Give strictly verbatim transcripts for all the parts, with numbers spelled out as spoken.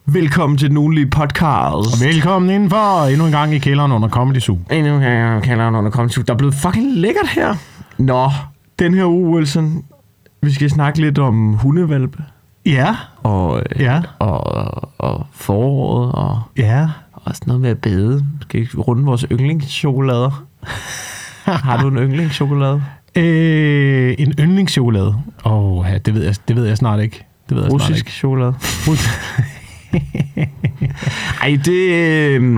Velkommen til den ugenlige podcast. Velkommen indenfor, endnu en gang i kælderen under Comedy Zoo. Endnu en gang i kælderen under Comedy Zoo. Der er blevet fucking lækkert her. Nå, den her uge, Wilson, vi skal snakke lidt om hundevalpe. Ja. Og, ja. og, og, og foråret, og ja. også noget med at bade. Skal vi runde vores yndlingschokolader? Har du en yndlingschokolade? Øh, en yndlingschokolade? Åh, oh, ja, det ved jeg, det ved jeg snart ikke. Det ved jeg Russisk snart ikke. chokolade? Ej, det... Øh...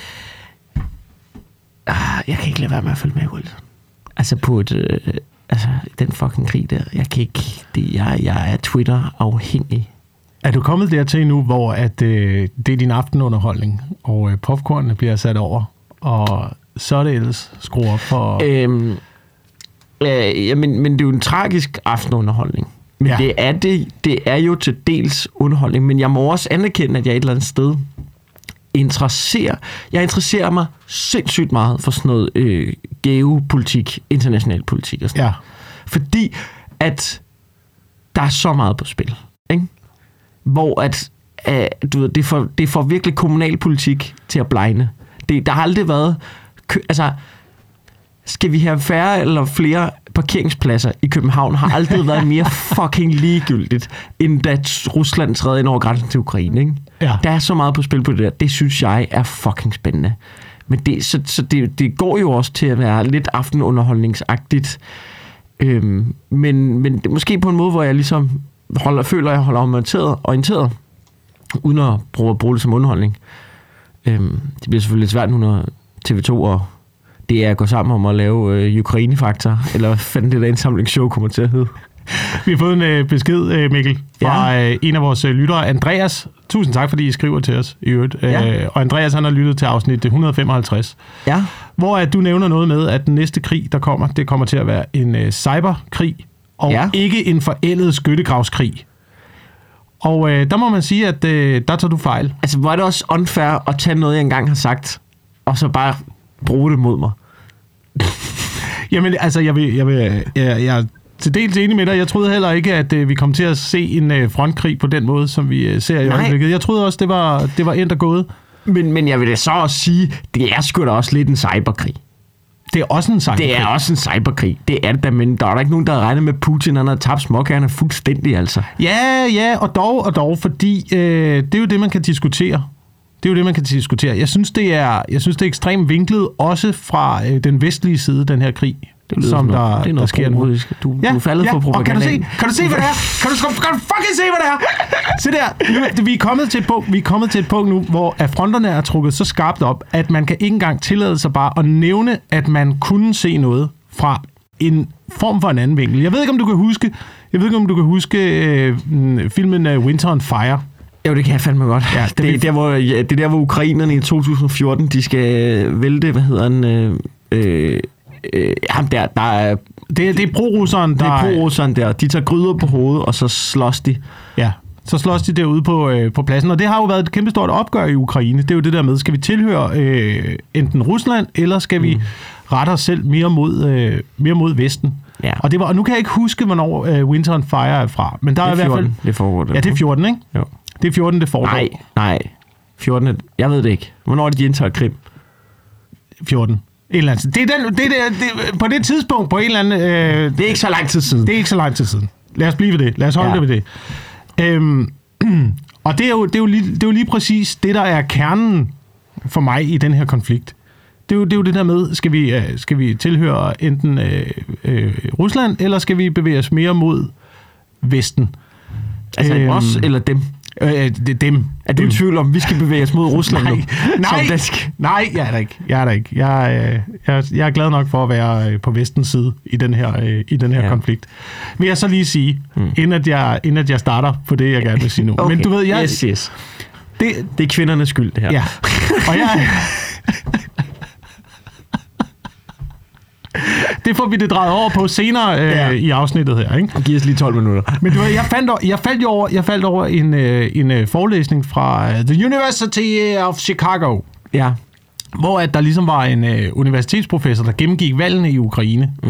Jeg kan ikke lade være med at følge med, Wilson. Altså på et... Øh... Altså, den fucking krig der. Jeg kan ikke... Det, jeg, jeg er Twitter-afhængig. Er du kommet dertil nu, hvor at, øh, det er din aftenunderholdning, og øh, popcornene bliver sat over, og så er det ellers skru op for... Øhm, øh, ja, men, men det er jo en tragisk aftenunderholdning. Men ja. det, er det, det er jo til dels underholdning, men jeg må også anerkende, at jeg et eller andet sted interesserer... Jeg interesserer mig sindssygt meget for sådan noget øh, geopolitik, international politik og sådan ja. Fordi at der er så meget på spil, ikke? Hvor at, øh, du ved, det, får, det får virkelig kommunalpolitik til at blegne. Det, der har aldrig været... Kø, altså, skal vi have færre eller flere parkeringspladser i København, har aldrig været mere fucking ligegyldigt, end da Rusland træder ind over grænsen til Ukraine, ikke? Ja. Der er så meget på spil på det der. Det synes jeg er fucking spændende. Men det, så, så det, det går jo også til at være lidt aftenunderholdningsagtigt. Øhm, men, men det, måske på en måde, hvor jeg ligesom holder, føler, at jeg holder orienteret, orienteret uden at bruge, bruge det som underholdning. Øhm, det bliver selvfølgelig lidt svært nu, når T V to og det er at gå sammen om at lave øh, Ukraine-faktor, eller hvad fanden det der indsamlingsshow kommer til at hedde. Vi har fået en øh, besked, øh, Mikkel, fra ja. øh, en af vores øh, lyttere, Andreas. Tusind tak, fordi I skriver til os i øvrigt. Ja. Øh, og Andreas, han har lyttet til afsnit et hundrede femoghalvtreds. Ja. Hvor at du nævner noget med, at den næste krig, der kommer, det kommer til at være en øh, cyberkrig, og ja. ikke en forældet skyttegravskrig. Og øh, der må man sige, at øh, der tager du fejl. Altså, var det også unfair at tage noget, jeg engang har sagt, og så bare bruge det mod mig? Jamen, altså, jeg vil, jeg vil, jeg, jeg er til dels enig med dig. Jeg troede heller ikke, at uh, vi kom til at se en uh, frontkrig på den måde, som vi uh, ser i øjeblikket. Jeg troede også, det var, det var endt og gået. Men, men jeg vil da så også sige, det er sgu da også lidt en cyberkrig. Det er også en cyberkrig. Det er også en cyberkrig. Det er det da, men der er der ikke nogen, der har regnet med Putin, han har tabt småkærne fuldstændig, altså. Ja, ja, og dog, og dog, fordi øh, det er jo det, man kan diskutere. Det er jo det, man kan diskutere. Jeg synes, det er, jeg synes, det er ekstremt vinklet, også fra øh, den vestlige side, den her krig, det som noget, der, det er der sker nu. Du, ja, du er faldet ja, for propaganda. Kan du se, kan du se, hvad det er? Kan du, kan du fucking se, hvad det er? Se der, nu, vi, er kommet til et punkt, vi er kommet til et punkt nu, hvor at fronterne er trukket så skarpt op, at man kan ikke engang tillade sig bare at nævne, at man kunne se noget fra en form for en anden vinkel. Jeg ved ikke, om du kan huske, jeg ved ikke, om du kan huske øh, filmen uh, Winter on Fire. Jo, det kan jeg fandme godt. Ja, det, det, er der, hvor, ja, det er der, hvor ukrainerne i to tusind og fjorten, de skal vælte, hvad hedder han, øh, øh, øh, ham der, der er... Det, det er pro-russeren, der... Det er pro-russeren der. De tager gryder på hovedet, og så slås de. Ja, så slås de derude på, øh, på pladsen. Og det har jo været et kæmpestort opgør i Ukraine. Det er jo det der med, skal vi tilhøre øh, enten Rusland, eller skal vi mm. rette os selv mere mod, øh, mere mod Vesten? Ja. Og, det var, og nu kan jeg ikke huske, hvornår øh, Winter on Fire er fra. Men der det er, er i hvert fald... Det foregår det. Ja, det er fjorten, ikke? Jo. Det er fjorten, det foregår. Nej, nej. fjorten. Jeg ved det ikke. Hvornår er det, de indtager Krim? fjorten. Et eller andet. Det er den, det er, det, på det tidspunkt, på en eller anden... Øh, det er ikke så lang tid siden. Det er ikke så lang tid siden. Lad os blive ved det. Lad os holde ja. det ved det. Øhm, og det er, jo, det, er jo lige, det er jo lige præcis det, der er kernen for mig i den her konflikt. Det er jo det, er jo det der med, skal vi, øh, skal vi tilhøre enten øh, øh, Rusland, eller skal vi bevæge os mere mod Vesten? Altså øhm, os eller dem? Øh, det, dem. Er du i tvivl om, vi skal bevæge os mod Rusland nej, nu? Nej, nej, jeg er der ikke. Jeg er der ikke. Jeg, øh, jeg, jeg er glad nok for at være på Vestens side i den her, øh, i den her ja. konflikt. Vil jeg så lige sige, hmm. inden, at jeg, inden at jeg starter på det, jeg gerne vil sige nu. Okay. Men du ved, jeg... Yes, yes. Det, det er kvindernes skyld, det her. Ja. Og jeg... Det får vi det drejet over på senere øh, ja. i afsnittet her, ikke? Giv os lige tolv minutter. Men du ved, jeg faldt over, jeg faldt over, jeg faldt over en, øh, en øh, forelæsning fra uh, The University of Chicago. Ja. Hvor at der ligesom var en øh, universitetsprofessor, der gennemgik valgene i Ukraine. Mm.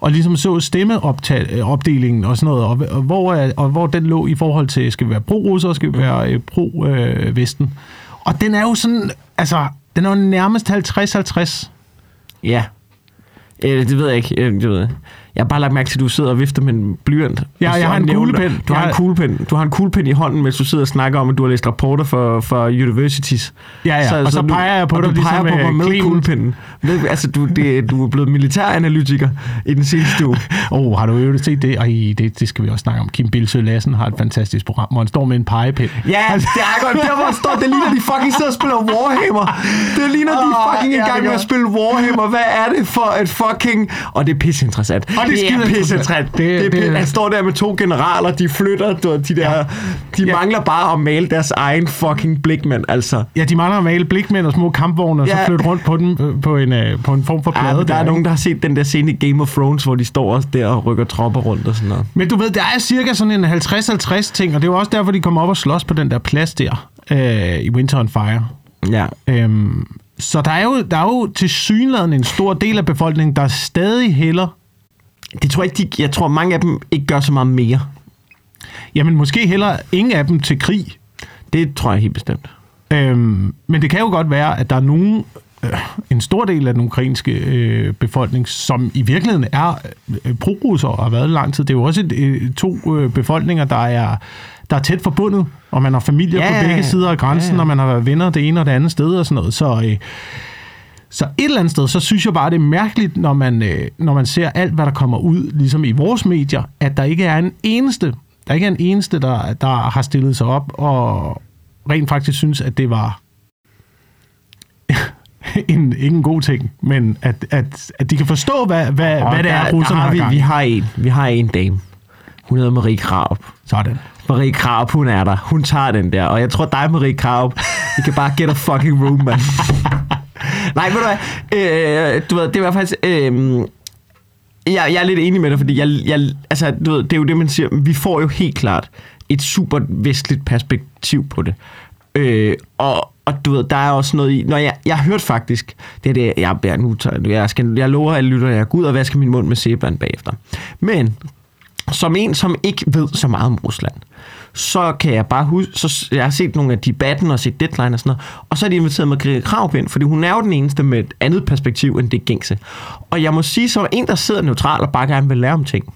og ligesom så stemmeopdelingen og sådan noget, og, og, hvor, og hvor den lå i forhold til, skal vi være pro-russer, skal vi være øh, pro-vesten. Øh, og den er jo sådan, altså, den er jo nærmest halvtreds halvtreds. Ja. Øh, det ved jeg ikke. Øh, det ved jeg. Jeg har bare lagt mærke til, at du sidder og vifter med en blyant. Ja, jeg har en kuglepen. Du har jeg... en kuglepen. Du har en kuglepen i hånden, mens du sidder og snakker om, at du har læst rapporter for, for universities. Ja, ja. Så, og så, så peger jeg på dig, dig, du peger ligesom på mig med kuglepinden. Altså, du, det, du er blevet militæranalytiker i den seneste uge. Åh, oh, har du jo set det? Ej, det, det skal vi også snakke om. Kim Bilsøe Lassen har et fantastisk program, hvor han står med en pegepind. Ja, altså, det er godt. Der, hvor han står, det ligner, de fucking sidder og spiller Warhammer. Det ligner, oh, de fucking ja, i gang med at spille Warhammer. Hvad er det for et fucking... Og det er pisseinteressant. Og det, det er pisseinteressant. Det, det, det, han står der med to generaler, de flytter, de der, ja. de ja. mangler bare at male deres egen fucking blikmænd, altså. Ja, de mangler at male blikmænd og små kampvogne, og ja. så flytte rundt på dem på en, på en form for plade. Ja, der, der er ikke? nogen, der har set den der scene i Game of Thrones, hvor de står også der og rykker tropper rundt og sådan noget. Men du ved, der er cirka sådan en halvtreds halvtreds ting, og det er jo også derfor, de kommer op og slås på den der plads der øh, i Winter on Fire. Ja. Øhm, så der er jo, der er jo tilsyneladende en stor del af befolkningen, der stadig hælder. Det tror jeg ikke, de, jeg tror mange af dem ikke gør så meget mere. Jamen måske heller ingen af dem til krig. Det tror jeg helt bestemt. Øhm, men det kan jo godt være, at der er nogen, øh, en stor del af den ukrainske øh, befolkning, som i virkeligheden er øh, pro-russer og har været lang tid. Det er jo også et, øh, to øh, befolkninger, der er, der er tæt forbundet, og man har familier ja, på begge sider af grænsen, ja, ja. og man har været venner det ene og det andet sted og sådan noget. Så... Øh, Så et eller andet sted, så synes jeg bare, det er mærkeligt, når man, øh, når man ser alt, hvad der kommer ud, ligesom i vores medier, at der ikke er en eneste, der ikke er en eneste, der, der har stillet sig op og rent faktisk synes, at det var en, ikke en god ting, men at, at, at de kan forstå, hvad, hvad, hvad det er, russerne har, har vi, gang. Vi har en, vi har en dame. Hun hedder Marie Krarup. Sådan. Marie Krarup, hun er der. Hun tager den der. Og jeg tror dig, Marie Krarup, I kan bare get a fucking room, man. Nej, ved du hvad? Øh, du ved, det var faktisk... Øh, jeg, jeg er lidt enig med dig, fordi jeg, jeg, altså, du ved, det er jo det, man siger. Vi får jo helt klart et super vestligt perspektiv på det. Øh, og, og du ved, der er også noget i... Når jeg, jeg har hørt faktisk... Det er det, jeg bærer nu. Jeg, skal, jeg lover alle lytter, at jeg går ud og vasker min mund med sæbevand bagefter. Men som en, som ikke ved så meget om Rusland, så kan jeg bare huske, så jeg har set nogle af debatten og set Deadline og sådan noget, og så har de inviteret Marie Krarup ind, fordi hun er jo den eneste med et andet perspektiv end det gængse. Og jeg må sige, som en, der sidder neutral og bare gerne vil lære om ting,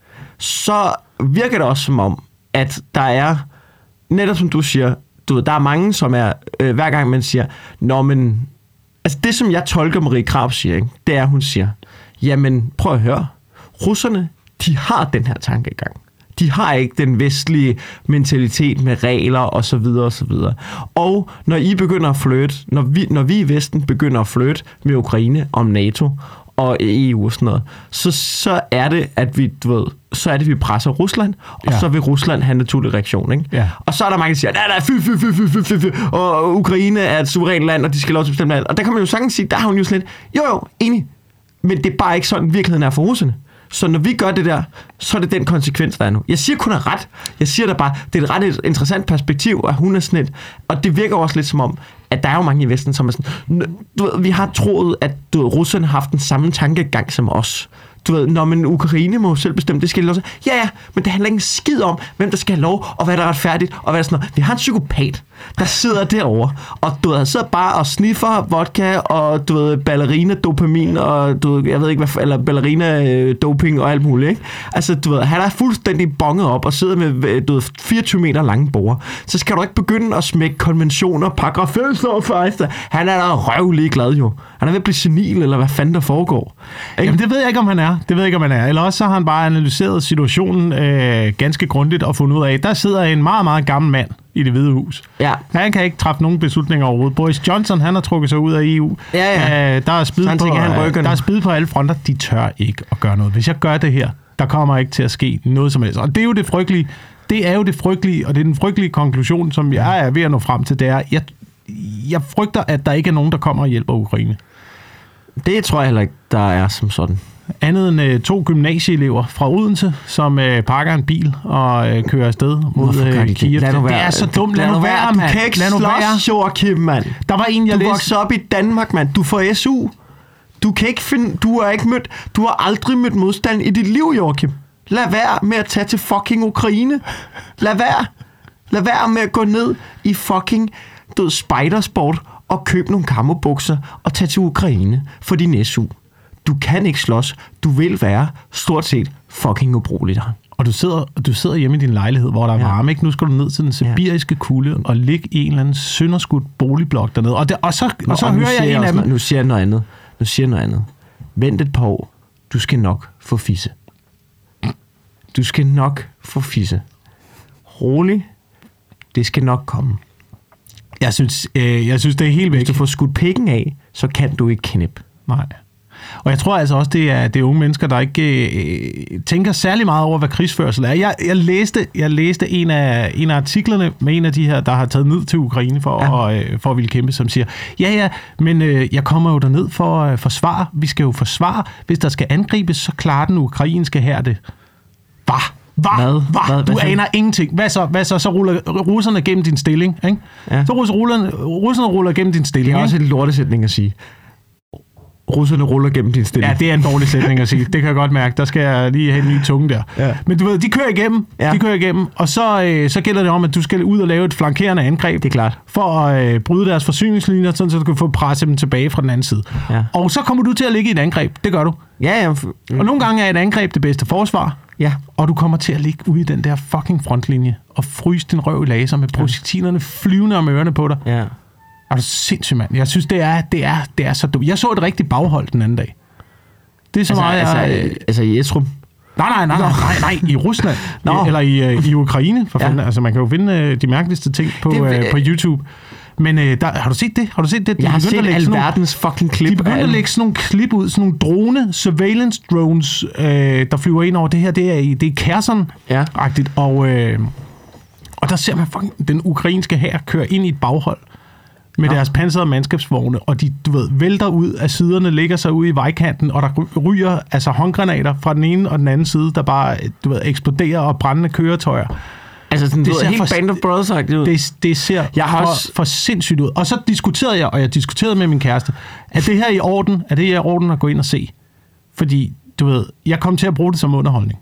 så virker det også som om, at der er, netop som du siger, du ved, der er mange, som er, øh, hver gang man siger, nå, men, altså det, som jeg tolker Marie Krarup siger, ikke, det er, hun siger, jamen, prøv at høre, russerne, de har den her tankegang. De har ikke den vestlige mentalitet med regler og så videre og så videre. Og når I begynder at flirte, når vi, når vi i Vesten begynder at flirte med Ukraine om NATO og E U og sådan noget, så, så er det, at vi, du ved, så er det, vi presser Rusland, og ja. så vil Rusland have en naturlig reaktion, ikke? Ja. Og så er der mange, der siger, nej, nej, fy, fy, fy, fy, fy, fy, og Ukraine er et suverænt land, og de skal lov til at bestemme land. Og der kan man jo sagtens sige, der har hun jo slet, jo jo, enig, men det er bare ikke sådan, virkeligheden er for russerne. Så når vi gør det der, så er det den konsekvens, der er nu. Jeg siger kun er ret. Jeg siger da bare, det er et ret interessant perspektiv, at hun er sådan et, og det virker også lidt som om, at der er jo mange i Vesten, som er sådan, du ved, vi har troet, at du ved, russerne har haft den samme tankegang som os. Du ved, når man Ukraine må selv bestemme, det skal de lov til. Ja, ja, men det handler ikke en skid om, hvem der skal have lov, og hvad der er retfærdigt, og hvad der er sådan noget. Vi har en psykopat, der sidder derovre, og du ved, sidder bare og sniffer vodka, og du ved, ballerina dopamin, og du ved, jeg ved ikke hvad, eller ballerina doping og alt muligt, ikke? Altså, du ved, han er fuldstændig bonget op, og sidder med, du ved, fireogtyve meter lange bord. Så skal du ikke begynde at smække konventioner, paragraf fem står for efter. Han er da røvlig glad jo. Han er ved at blive senil, eller hvad fanden der foregår. Ikke? Jamen, det ved jeg ikke, om han er. Det ved jeg ikke, om han er. Eller også så har han bare analyseret situationen øh, ganske grundigt og fundet ud af, der sidder en meget, meget gammel mand i Det Hvide Hus. Ja. Han kan ikke træffe nogen beslutninger overhovedet. Boris Johnson, han har trukket sig ud af E U. Ja, ja. Øh, der er spid på, øh, der er spid på alle fronter. De tør ikke at gøre noget. Hvis jeg gør det her, der kommer ikke til at ske noget som helst. Og det er jo det frygtelige. Det er jo det frygtelige, og det er den frygtelige konklusion, som jeg er ved at nå frem til. Det er, jeg, jeg frygter, at der ikke er nogen, der kommer og hjælper Ukraine. Det tror jeg heller ikke, der er som sådan. Andet end øh, to gymnasieelever fra Odense, som øh, pakker en bil og øh, kører afsted mod øh, Kiev. Lad nu være. Det er så dumt. Lad, lad nu være, mand. Du kan ikke slås, Joachim, mand. Der var en, jeg du læste. voksede op i Danmark, mand. Du får S U. Du Du kan ikke finde, du har ikke mødt, du har aldrig mødt modstand i dit liv, Joachim. Lad være med at tage til fucking Ukraine. Lad være. Lad være med at gå ned i fucking død spidersport og købe nogle kammerbukser og tage til Ukraine for din S U. Du kan ikke slås. Du vil være stort set fucking ubrugelig der. Og du sidder, du sidder hjemme i din lejlighed, hvor der er Ja. varme, ikke? Nu skal du ned til den sibiriske kulde og ligge i en eller anden sønderskudt boligblok dernede. Og, det, og så, Nå, og så og nu hører siger jeg en af også, dem... Nu siger jeg noget andet. Nu siger jeg noget andet. Vent et par år. Du skal nok få fisse. Du skal nok få fisse. Rolig. Det skal nok komme. Jeg synes, øh, jeg synes det er helt væk. Hvis du får skudt pikken af, så kan du ikke knip. Nej. Og jeg tror altså også, det er, det er unge mennesker, der ikke øh, tænker særlig meget over, hvad krigsførsel er. Jeg, jeg, læste, jeg læste en af, en af artiklerne med en af de her, der har taget ned til Ukraine for, ja. at, øh, for at ville kæmpe, som siger, ja ja, men øh, jeg kommer jo derned for at øh, forsvare. Vi skal jo forsvare. Hvis der skal angribes, så klarer den ukrainske hær det. Hvad? Hvad? Hvad? Hvad? Hvad? Du Hvad aner ingenting. Hvad så? Hvad så? Så ruller russerne gennem din stilling, ikke? Ja. Så russerne, russerne ruller gennem din stilling. Det er også ikke? en lortesætning at sige. Russerne ruller gennem din stilling. Ja, det er en dårlig sætning at sige. Det kan jeg godt mærke. Der skal jeg lige have en ny tunge der. Ja. Men du ved, de kører igennem. Ja. De kører igennem. Og så, øh, så gælder det om, at du skal ud og lave et flankerende angreb. Det er klart. For at øh, bryde deres forsyningslinjer, sådan, så du kan få presset dem tilbage fra den anden side. Ja. Og så kommer du til at ligge i et angreb. Det gør du. Ja, ja. Og nogle gange er et angreb det bedste forsvar. Ja. Og du kommer til at ligge ude i den der fucking frontlinje og fryse din røv i laser med projektilerne flyvende om ørerne på dig. Ja. Er du sindssygt, mand? Jeg synes, det er, det er, det er så dumt. Jeg så et rigtigt baghold den anden dag. Det er så Altså, meget, altså, jeg... øh, altså i Esrum. Nej, nej, nej, nej, nej, nej, i Rusland. Nå. I, eller i, uh, i Ukraine, for Ja. fanden. Altså, man kan jo finde uh, de mærkeligste ting på, Det- uh, på YouTube. Men uh, der, har du set det? Har du set det? De Jeg har begyndte set at lægge sådan nogle- alverdens fucking klip. De begyndte at lægge sådan nogle klip ud, sådan nogle drone, surveillance drones, øh, der flyver ind over det her. Det er, i- det er Kherson-agtigt. Og, øh, og der ser man fucking den ukrainske hær køre ind i et baghold med Ja. deres pansrede mandskabsvogne, og de, du ved, vælter ud af siderne, lægger sig ud i vejkanten, og der ry- ryger altså håndgranater fra den ene og den anden side, der bare, du ved, eksploderer og brændende køretøjer. Altså sådan, Det det ser ser helt for- Band of Brothers-agtigt ud. Det, det ser Jeg har for, også- for sindssygt ud. Og så diskuterede jeg, og jeg diskuterede med min kæreste, er det her i orden? Er det her i orden at gå ind og se? Fordi, du ved, jeg kom til at bruge det som underholdning.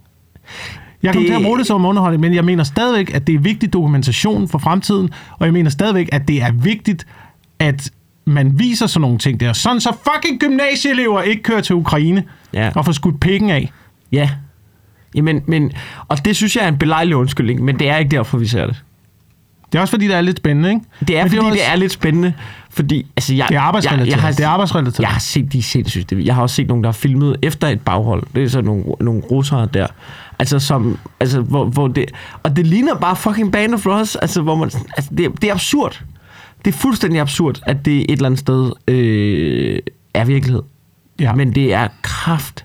Jeg kom Det- til at bruge det som underholdning, men jeg mener stadigvæk, at det er vigtig dokumentation for fremtiden, og jeg mener stadigvæk, at det er vigtigt, at man viser sådan nogle ting der. Sådan så fucking gymnasieelever ikke kører til Ukraine Ja. og får skudt pikken af. Ja. Jamen, men, og det synes jeg er en belejlig undskyldning, men det er ikke derfor, vi ser det. Det er også fordi, det er lidt spændende, ikke? Det er, Men fordi også- det er lidt spændende, fordi... Altså, jeg, Det er arbejdsrelateret. Jeg, jeg har, Det er arbejdsrelateret. Jeg har set de sindssygt. Jeg har også set nogen, der har filmet efter et baghold. Det er så nogle, nogle russere der. Altså, som, altså hvor, hvor det... Og det ligner bare fucking Band of Brothers. Altså, hvor man... Altså, det, det er absurd. Det er fuldstændig absurd, at det et eller andet sted øh, er virkelighed. Ja. Men det er kraft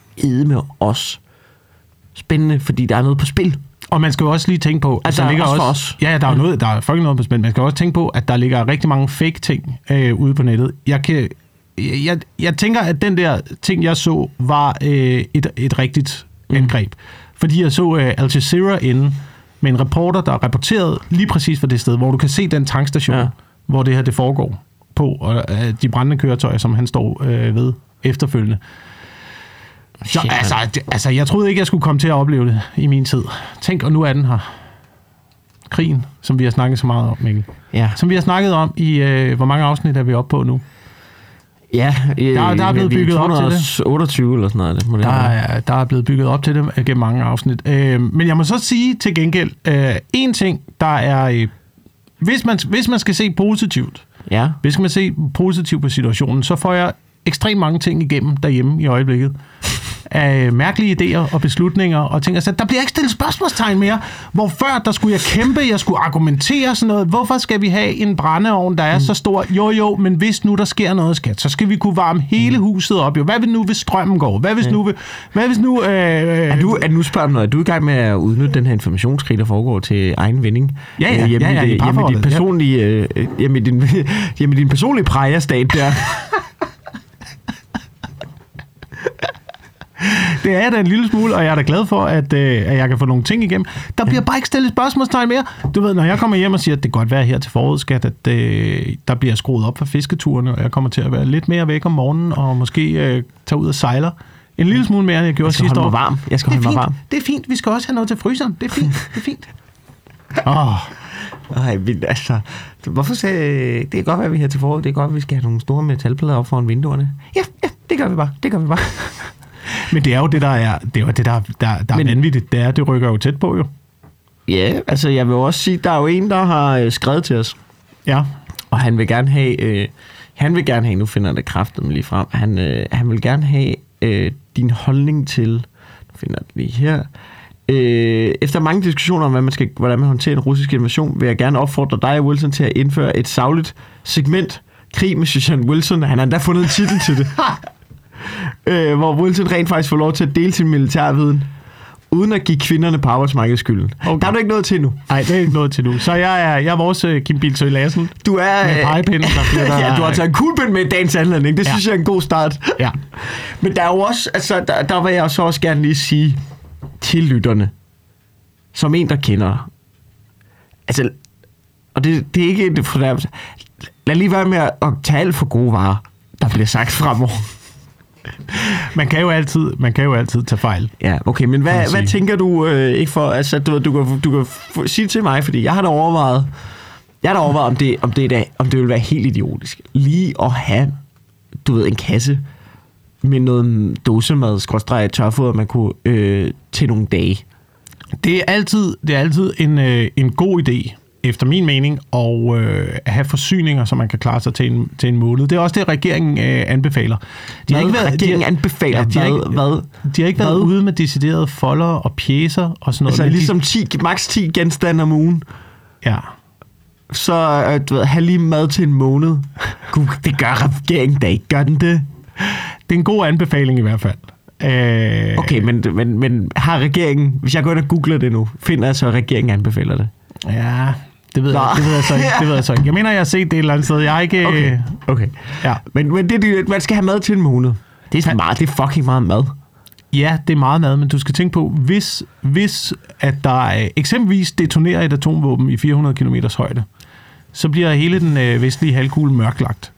med os spændende, fordi der er noget på spil. Og man skal jo også lige tænke på, Altså, der ligger også også, for os. Ja, der er, noget, der er fucking noget på spil. Man skal også tænke på, at der ligger rigtig mange fake ting øh, ude på nettet. Jeg, kan, jeg, jeg tænker, at den der ting, jeg så, var øh, et, et rigtigt Mm. angreb. Fordi jeg så øh, Al Jazeera inde med en reporter, der rapporterede lige præcis fra det sted, hvor du kan se den tankstation, Ja. ja. hvor det her det foregår på, og øh, de brændende køretøjer, som han står øh, ved efterfølgende. Så, Shit, altså, det- altså, jeg troede ikke, jeg skulle komme til at opleve det i min tid. Tænk, og nu er den her. Krigen, som vi har snakket så meget om, Mikkel. Ja. Som vi har snakket om i, øh, hvor mange afsnit er vi oppe på nu? Ja, øh, Der- der er blevet vi bygget op til det. to hundrede og otteogtyve eller sådan noget. Det må det Der være. er, der er blevet bygget op til det gennem mange afsnit. Øh, men jeg må så sige til gengæld, øh, en ting, der er... Øh, hvis, man, hvis man skal se positivt, Ja. hvis man skal se positivt på situationen, så får jeg ekstremt mange ting igennem derhjemme i øjeblikket. Af mærkelige idéer og beslutninger og ting. Altså, der bliver ikke stillet spørgsmålstegn mere. Hvor før, der skulle jeg kæmpe, jeg skulle argumentere sådan noget. Hvorfor skal vi have en brændeovn, der er mm. så stor? Jo, jo, men hvis nu der sker noget, skat, så skal vi kunne varme hele huset op. Jo. Hvad hvis nu, hvis strømmen går? Hvad hvis Ja. nu, hvis, hvad hvis nu... Øh, Er du, er, nu spørger du noget. Er du i gang med at udnytte den her informationskrig, der foregår til egen vinding? Ja, ja. Øh, hjemme Ja, ja, i i det- hjemme i din parforholdet, ja. personlige, øh, hjemme i din, hjemme i din personlige prægerstat der. det er da en lille smule, og jeg er da glad for, at, øh, at jeg kan få nogle ting igennem. Der bliver bare ikke stillet spørgsmålstegn mere. Du ved, når jeg kommer hjem og siger, at det kan godt være her til foråret, skat, at øh, der bliver skruet op for fisketurene, og jeg kommer til at være lidt mere væk om morgenen, og måske øh, tage ud og sejler. En lille smule mere, end jeg gjorde sidste år. Jeg skal holde mig varm. Jeg skal holde mig varm. Det er fint. Vi skal også have noget til fryseren. Det er fint. Det er fint. Åh. Oh. Ej, men altså, hvorfor sagde det kan godt være, at vi her til foråret, det er godt, at vi skal have nogle store metalplader op foran vinduerne. Ja, ja, det gør vi bare, det gør vi bare. Men det er jo det, der er, det er, jo det, der, der, der men, er vanvittigt, det er, det rykker jo tæt på jo. Ja, altså jeg vil også sige, der er jo en, der har skrevet til os. Ja. Og han vil gerne have, øh, han vil gerne have, nu finder jeg det kraften lige frem, han, øh, han vil gerne have øh, din holdning til, nu finder jeg det lige her, Øh, efter mange diskussioner om, hvad man skal, hvordan man håndterer en russisk invasion, vil jeg gerne opfordre dig, Wilson, til at indføre et sagligt segment, Krig med Susan Wilson. Han har endda fundet en titel til det. øh, hvor Wilson rent faktisk får lov til at dele sin militærviden, uden at give kvinderne på arbejdsmarkedet skylden. Okay. Der er du ikke noget til nu. Nej, det er ikke noget til nu. Så jeg er, jeg er vores uh, Kim Bildsøe Lassen. Du er... Med pegepinden, der flytter... ja, du har taget en kuglepind med i dagens anledning. Det ja. synes jeg er en god start. Ja. Men der er jo også... Altså, der, der vil jeg så også gerne lige sige til lytterne, som en, der kender. Altså, og det, det er ikke en fornærmelse. Lad lige være med at tage alt for gode varer, der bliver sagt fremover. Man kan jo altid, man kan jo altid tage fejl. Ja, okay, men hvad, hvad tænker du øh, ikke for, altså du, du, kan, du kan f- sige til mig, fordi jeg har da overvejet, jeg har da overvejet, om det, om det, da, om det vil være helt idiotisk, lige at have, du ved, en kasse med noget dåsemad, skråstreg tørfoder, man kunne øh, til nogle dage. Det er altid, det er altid en, øh, en god idé, efter min mening, og øh, at have forsyninger, så man kan klare sig til en, til en måned. Det er også det, regeringen øh, anbefaler. De har ikke været, regeringen de har, anbefaler? Ja, de, har ikke, hvad, de har ikke været ude med deciderede folder og pjæser og sådan noget. Altså ligesom ti, maks ti genstande om ugen? Ja. Så øh, du ved, have lige mad til en måned. Gud, det gør regeringen da ikke. Gør den det? Det er en god anbefaling i hvert fald. Øh, okay, men, men, men har regeringen, hvis jeg går ind og googler det nu, finder jeg så, at regeringen anbefaler det? Ja, det ved, jeg, det ved jeg så ikke. Det ved jeg så ikke. Jeg mener, jeg har set det et eller andet sted. Jeg har ikke... Okay, okay. Ja. Men, men det, det, man skal have mad til en måned. Det er, meget, det er fucking meget mad. Ja, det er meget mad, men du skal tænke på, hvis, hvis at der eksempelvis detonerer et atomvåben i fire hundrede kilometers højde, så bliver hele den øh, vestlige halvkugle mørklagt.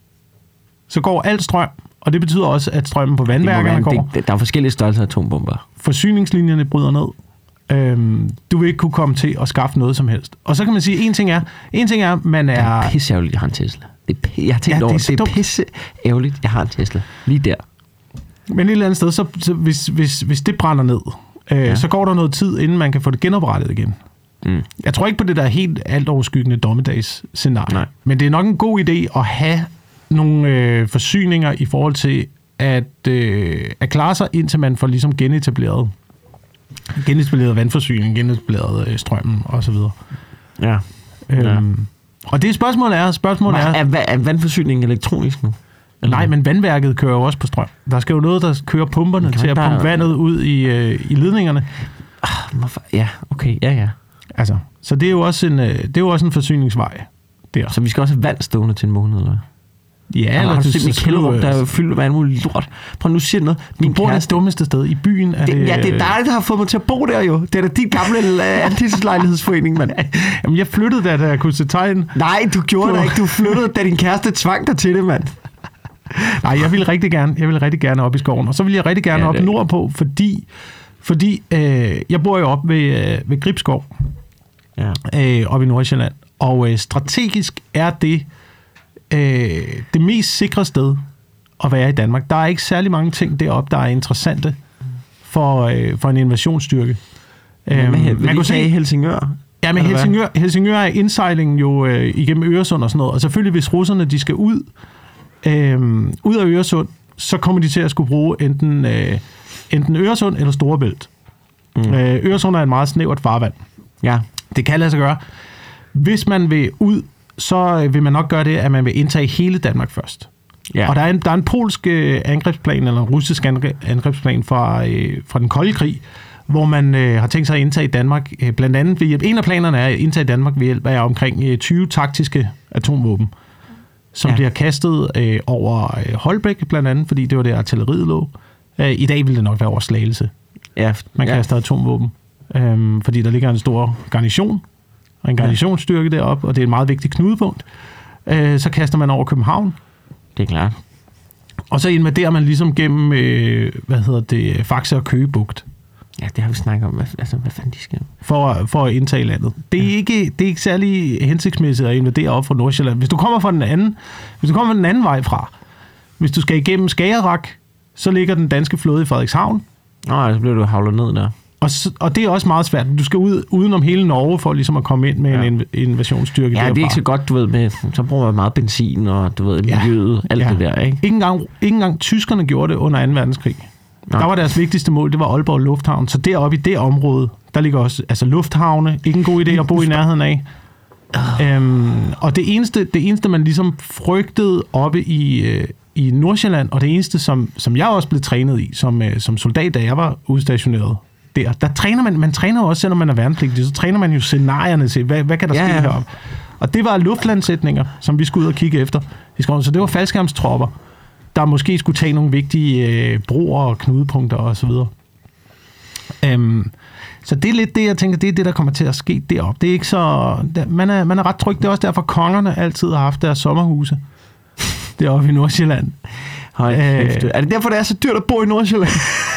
Så går alt strøm, og det betyder også, at strømmen på vandværkerne går. Det, der er forskellige størrelser af atombomber. Forsyningslinjerne bryder ned. Øhm, du vil ikke kunne komme til at skaffe noget som helst. Og så kan man sige, en ting er, en ting er, man er... Det er pisse ærgerligt, jeg har en Tesla. Det er, jeg har tænkt ja, over, det er, det er pisse ærgerligt, jeg har en Tesla. Lige der. Men et eller andet sted, så, så hvis, hvis, hvis det brænder ned, øh, ja. så går der noget tid, inden man kan få det genoprettet igen. Mm. Jeg tror ikke på det der helt alt overskyggende dommedagsscenarie. Nej. Men det er nok en god idé at have nogle øh, forsyninger i forhold til at, øh, at klare sig, indtil man får ligesom genetableret genetableret vandforsyning, genetableret øh, strømmen og så videre. Ja. Øhm, ja. Og det spørgsmålet er, spørgsmålet er, er, er vandforsyningen elektronisk nu? Eller? Nej, men vandværket kører jo også på strøm. Der skal jo noget, der kører pumperne til at pumpe vandet ud i, øh, i ledningerne. Ja, okay, ja, ja. Altså, så det er jo også en, det er jo også en forsyningsvej der. Så vi skal også have vand stående til en måned, eller? Ja, eller du ser mit kælderum, der er fyldt med alt muligt lort. Prøv nu siger noget. Min du bor kæreste, det dummeste sted i byen. Er det, det, ja, det er dig, der har fået mig til at bo der jo. Det er da din gamle andelslejlighedsforening, mand. Jamen, jeg flyttede da, da jeg kunne se tegn. Nej, du gjorde det ikke. Du flyttede, da din kæreste tvang dig til det, mand. Nej, jeg ville rigtig gerne, jeg ville rigtig gerne op i skoven. Og så ville jeg rigtig gerne ja, op nordpå, fordi, fordi øh, jeg bor jo op ved, øh, ved Gribskov. Ja. Øh, op i Nordsjælland. Og øh, strategisk er det øh, det mest sikre sted at være i Danmark. Der er ikke særlig mange ting deroppe, der er interessante for, øh, for en invasionsstyrke. Ja, men, øhm, man kunne sige Helsingør. Ja, men Helsingør, Helsingør er indsejlingen jo øh, igennem Øresund og sådan noget. Og selvfølgelig, hvis russerne de skal ud, øh, ud af Øresund, så kommer de til at skulle bruge enten, øh, enten Øresund eller Storebælt. Mm. Øh, Øresund er en meget snævert farvand. Ja. Det kan lade sig gøre. Hvis man vil ud, så vil man nok gøre det, at man vil indtage hele Danmark først. Ja. Og der er en, der er en polsk øh, angrebsplan, eller en russisk angrebsplan fra, øh, fra den kolde krig, hvor man øh, har tænkt sig at indtage Danmark, øh, blandt andet ved hjælp, en af planerne er at indtage Danmark ved hjælp af omkring øh, tyve taktiske atomvåben, som ja. bliver kastet øh, over øh, Holbæk blandt andet, fordi det var der artilleriet lå. Øh, I dag vil det nok være over Slagelse. Ja, Man ja. kaster atomvåben. Øhm, fordi der ligger en stor garnison, og en garnisonsstyrke deroppe, og det er et meget vigtigt knudepunkt. Øh, så kaster man over København. Det er klart. Og så invaderer man ligesom gennem, øh, hvad hedder det, Faxe og Køge Bugt. Ja, det har vi snakket om. Hvad, altså, hvad fanden de skal? For, for at indtage landet. Det er, ikke, det er ikke særlig hensigtsmæssigt at invadere op fra Nordsjælland. Hvis du kommer fra den anden, hvis du kommer den anden vej fra, hvis du skal igennem Skagerrak, så ligger den danske flåde i Frederikshavn. Nå, så bliver du havlet ned der. Og, så, og det er også meget svært. Du skal ud udenom hele Norge for ligesom at komme ind med ja. en invasionsstyrke. Ja, derfra. det er ikke så godt, du ved, med, så bruger man meget benzin og, du ved, miljøet, ja. alt ja. det der, ikke? Ikke engang, ikke engang tyskerne gjorde det under anden verdenskrig. Nej. Der var deres vigtigste mål, det var Aalborg Lufthavn. Så deroppe i det område, der ligger også altså lufthavne. Ikke en god idé at bo i nærheden af. øhm, og det eneste, det eneste, man ligesom frygtede oppe i, øh, i Nordsjælland, og det eneste, som, som jeg også blev trænet i som, øh, som soldat, da jeg var udstationeret der, der træner man, man træner jo også, selvom man er værnepligtig, så træner man jo scenarierne til, hvad, hvad kan der ja, ske ja. heroppe. Og det var luftlandsætninger, som vi skulle ud og kigge efter i skoven. Så det var faldskærmstropper, der måske skulle tage nogle vigtige øh, broer og knudepunkter og så videre. Øhm, så det er lidt det, jeg tænker, det er det, der kommer til at ske deroppe. Det er ikke så... Man er, man er ret tryg. Det er også derfor, kongerne altid har haft deres sommerhuse deroppe i Nordsjælland. Hold kæft. Øh, er det derfor, det er så dyrt at bo i Nordsjælland?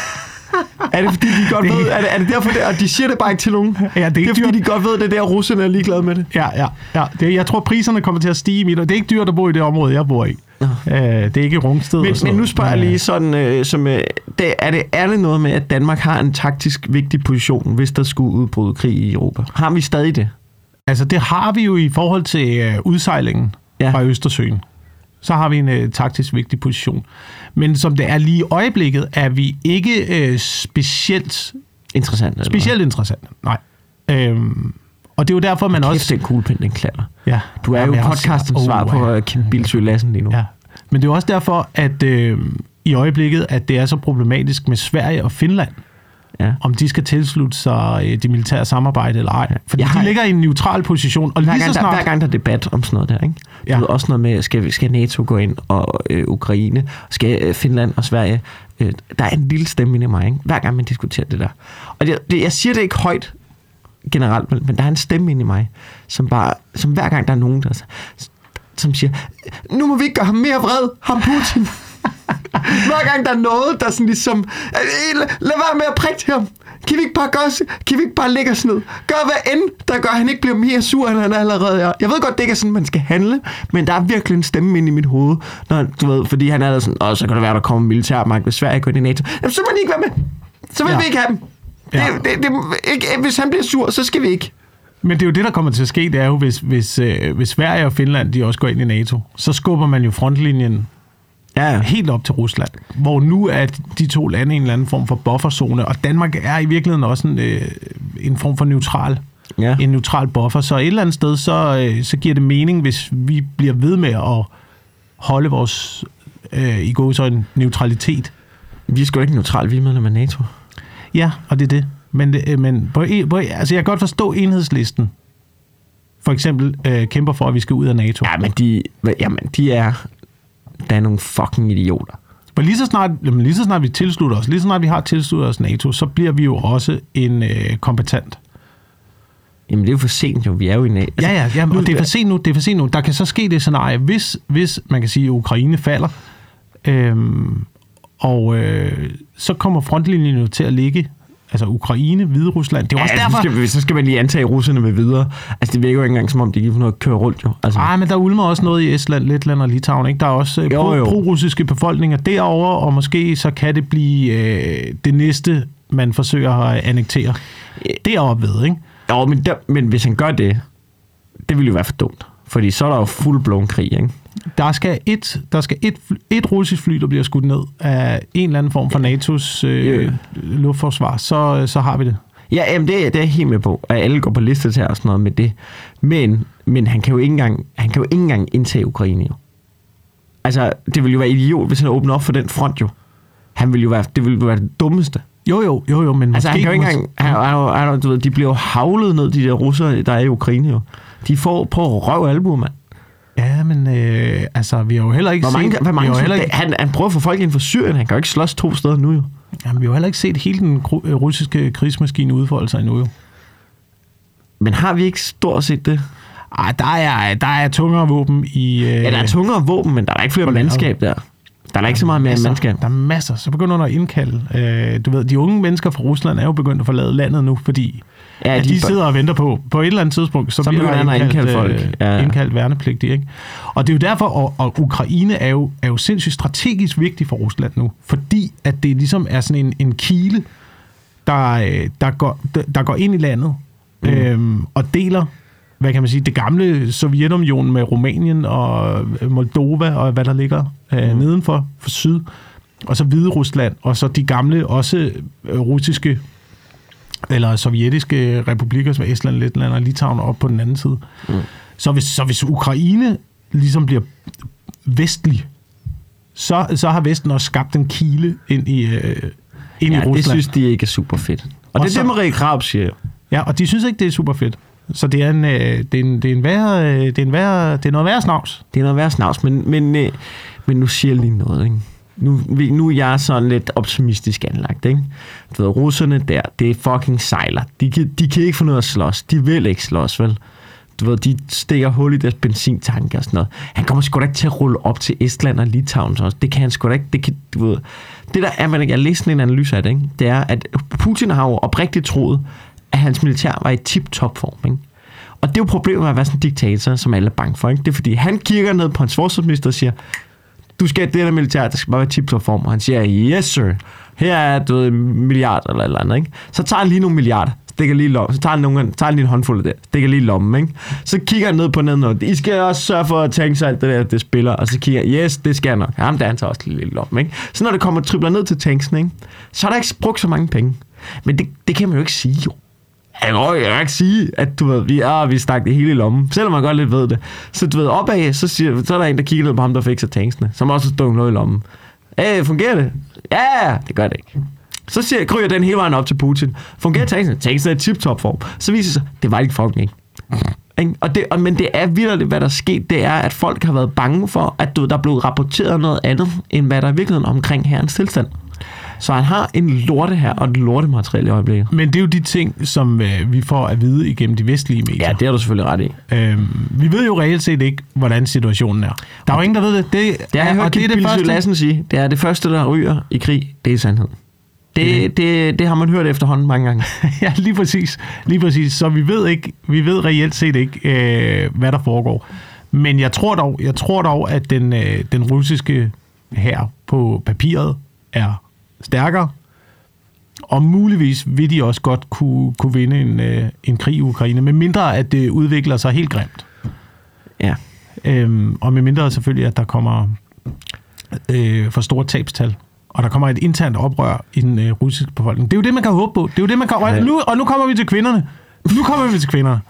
Er det fordi, de godt det, ved... Er det, er det derfor, det, og de siger det bare ikke til nogen? Ja, det er, det er fordi, de godt ved, at det der russerne er ligeglade med det. Ja, ja. ja. Det, jeg tror, priserne kommer til at stige i mit, og det er ikke dyrt at bo i det område, jeg bor i. Øh, det er ikke Rungsted. Men, men nu spørger jeg lige sådan, øh, som, øh, det, er, det, er det noget med, at Danmark har en taktisk vigtig position, hvis der skulle udbryde krig i Europa? Har vi stadig det? Altså, det har vi jo i forhold til øh, udsejlingen ja. fra Østersøen. Så har vi en øh, taktisk vigtig position. Men som det er lige i øjeblikket, er vi ikke øh, specielt... Interessant. Specielt interessant, nej. Øhm, og det er jo derfor, man kæft, også... den kuglepind, den klatter. Ja. Du er ja, jo podcastens oh, svar på ja. Kim Bilsøe Lassen lige nu. Ja. Men det er også derfor, at øh, i øjeblikket, at det er så problematisk med Sverige og Finland, ja. om de skal tilslutte sig øh, det militære samarbejde eller ej. Fordi har... de ligger i en neutral position. Og hver, lige gang, så snart... der, hver gang der er debat om sådan noget der, ikke? Ja. Du ved også noget med, skal, skal NATO gå ind, og øh, Ukraine, skal øh, Finland og Sverige... Øh, der er en lille stemme inde i mig, ikke? Hver gang man diskuterer det der. Og det, det, jeg siger det ikke højt generelt, men der er en stemme inde i mig, som bare... Som hver gang der er nogen, der... som siger, nu må vi ikke gøre ham mere vred, ham Putin. Hver gang der er noget, der sådan ligesom, lad, lad være med at prikke til ham. Kan vi ikke bare gøre, kan vi ikke bare lægge os ned? Gør hvad end, der gør, at han ikke bliver mere sur, end han allerede er. Jeg ved godt, det ikke er sådan, man skal handle, men der er virkelig en stemme inde i mit hoved, når, du ved, fordi han er der sådan, åh, så kan det være, der kommer militærmagt, hvis Sverige går ind i NATO. Jamen, så må de ikke være med. Så vil ja. vi ikke have dem. Ja. Det, det, det, ikke, hvis han bliver sur, så skal vi ikke. Men det er jo det, der kommer til at ske, det er jo, hvis, hvis, øh, hvis Sverige og Finland, de også går ind i NATO, så skubber man jo frontlinjen ja. helt op til Rusland, hvor nu er de to lande en eller anden form for bufferzone, og Danmark er i virkeligheden også en, øh, en form for neutral, ja. en neutral buffer, så et eller andet sted, så, øh, så giver det mening, hvis vi bliver ved med at holde vores, øh, i går så en neutralitet. Vi er sgu ikke neutrale, vi er medlem af NATO. Ja, og det er det. Men, det, men på, på, altså jeg kan godt forstå enhedslisten, for eksempel øh, kæmper for, at vi skal ud af NATO. Ja, men de, jamen, de er, der er nogle fucking idioter. For lige så snart, jamen, lige så snart vi tilslutter os, lige så snart vi har tilsluttet os NATO, så bliver vi jo også en øh, kompetent. Jamen det er jo for sent jo, vi er jo i NATO. Altså, ja, ja, ja, og det er for sent nu, det er for sent nu. Der kan så ske det scenarie, hvis, hvis man kan sige, at Ukraine falder, øhm, og øh, så kommer frontlinjen jo til at ligge. Altså Ukraine, Hvide Rusland. Det er også ja, derfor... Så skal, så skal man lige antage russerne med videre. Altså det virker jo ikke engang, som om de ikke får noget at køre rundt jo. Altså. Ej, men der ulmer også noget i Estland, Letland og Litauen, ikke? Der er også øh, pro, pro-russiske befolkninger derovre, og måske så kan det blive øh, det næste, man forsøger at annektere. Deroppe ved, ikke? Jo, men, der, men hvis han gør det, det vil jo være for dumt. Fordi så er der jo full-blown krig, ikke? Der skal et, der skal et, et russisk fly, der bliver skudt ned af en eller anden form for NATO's øh, yeah. luftforsvar, så, så har vi det. Ja, jamen det, det er jeg helt med på, at alle går på liste til og sådan noget med det. Men, men han kan jo ikke engang, han kan jo ikke engang indtage Ukraine, jo. Altså, det ville jo være idiot, hvis han åbner op for den front, jo. Han ville jo være, det ville jo være det dummeste. Jo, jo, jo, jo, men altså, måske... Han kan jo ikke engang... Han, han, han, du ved, de bliver jo havlet ned, de der russere, der er i Ukraine, jo. De får på røv albu, mand. Ja, men øh, altså, vi har jo heller ikke hvor mange, set... Hvor mange, heller ikke, han, han prøver at få folk ind for Syrien. Han kan jo ikke slås to steder nu, jo. Jamen, vi har jo heller ikke set hele den russiske krigsmaskine udfolde sig endnu, jo. Men har vi ikke stort set det? Ej, der er, der er tungere våben i... Øh... Ja, der er tungere våben, men der er ikke flere mandskab der. Der er ikke så meget mere masser, mandskab. Der er masser. Så begynder der at indkalde. Øh, du ved, de unge mennesker fra Rusland er jo begyndt at forlade landet nu, fordi ja, de, de sidder og venter på, på et eller andet tidspunkt, så, så bliver der indkaldt, indkaldt, folk. Ja, ja. indkaldt værnepligtige. Ikke? Og det er jo derfor, og, og Ukraine er jo, er jo sindssygt strategisk vigtig for Rusland nu, fordi at det ligesom er sådan en, en kile, der, der, går, der, der går ind i landet mm. øhm, og deler, hvad kan man sige, det gamle Sovjetunionen med Rumænien og Moldova og hvad der ligger øh, mm. nedenfor for syd, og så Hvide Rusland, og så de gamle også øh, russiske eller sovjetiske republikker som Estland, Letland og Litauen op på den anden side. Mm. Så, hvis, så hvis Ukraine ligesom bliver vestlig, så, så har Vesten også skabt en kile ind i, øh, ind ja, i Rusland. Det synes de ikke er super fedt. Og, og det er så, det, Marie Krarup siger. Ja, og de synes ikke, det er super fedt. Så det er en, øh, det er en, det er en værre, øh, det er en værre, det er noget værre snavs. Det er noget værre snavs, men, men, øh, men nu siger jeg lige noget, ikke? Nu, nu er jeg sådan lidt optimistisk anlagt, ikke? Du ved, russerne der, det er fucking sejler. De kan, de kan ikke få noget at slås. De vil ikke slås, vel? Du ved, de stikker hul i deres benzintanke og sådan noget. Han kommer sgu da ikke til at rulle op til Estland og Litauen så også. Det kan han sgu da ikke. Det, kan, du ved, det der er, man, jeg læste en analyse af det, ikke? Det er, at Putin har jo oprigtigt troet, at hans militær var i tip-top form, ikke? Og det er jo problemet med at være sådan en diktator, som alle er bange for, ikke? Det er fordi, han kigger ned på hans forsvarsminister og siger, du skal have det der militær, der skal bare være tip-top form. Og han siger, yes sir, her er du ved, en milliard eller eller andet, ikke? Så tager han lige nogle milliarder, stikker lige i lommen, så tager han, nogle, tager han lige en håndfuld af det, stikker lige i lommen, ikke? Så kigger han ned på neden, og I skal også sørge for at tænke sig alt det der, det spiller, og så kigger yes, det skal jeg nok. Jamen, der han tager også lige i lommen, ikke? Så når det kommer tripler ned til tanksen, ikke? Så er der ikke brugt så mange penge. Men det, det kan man jo ikke sige, jo. Jeg kan ikke sige, at du ved, vi er, vi stak det hele i lommen, selvom man godt lidt ved det. Så du ved, opad, så, siger, så er der en, der kigger ned på ham, der fikser tanksene, som også stod noget i lommen. Hey, fungerer det? Ja, det gør det ikke. Så siger, kryger den hele vejen op til Putin. Fungerer tanksene? Tanksene er i tip-top form. Så viser sig, det var ikke fucking ikke. Og det, og, men det er virkelig, hvad der er sket, det er, at folk har været bange for, at du, der blev rapporteret noget andet, end hvad der er virkeligheden omkring herrens tilstand. Så han har en lorte her, og et lortemateriale i øjeblikket. Men det er jo de ting, som øh, vi får at vide igennem de vestlige medier. Ja, det er du selvfølgelig ret i. Øhm, vi ved jo reelt set ikke, hvordan situationen er. Der er jo ingen, der ved det. Det, det har jeg hørt Kim Bildsøe Lassen sige. Det er det første, der ryger i krig. Det er sandhed. Det, mm. det, det har man hørt efterhånden mange gange. Ja, lige præcis. Lige præcis. Så vi ved ikke, vi ved reelt set ikke, øh, hvad der foregår. Men jeg tror dog, jeg tror dog at den, øh, den russiske hær på papiret er stærkere, og muligvis vil de også godt kunne, kunne vinde en, øh, en krig i Ukraine, med mindre at det udvikler sig helt grimt. Ja. Øhm, og med mindre selvfølgelig, at der kommer øh, for store tabstal, og der kommer et internt oprør i den øh, russiske befolkning. Det er jo det, man kan håbe på. Det er jo det, man kan... Og nu, og nu kommer vi til kvinderne. Nu kommer vi til kvinderne.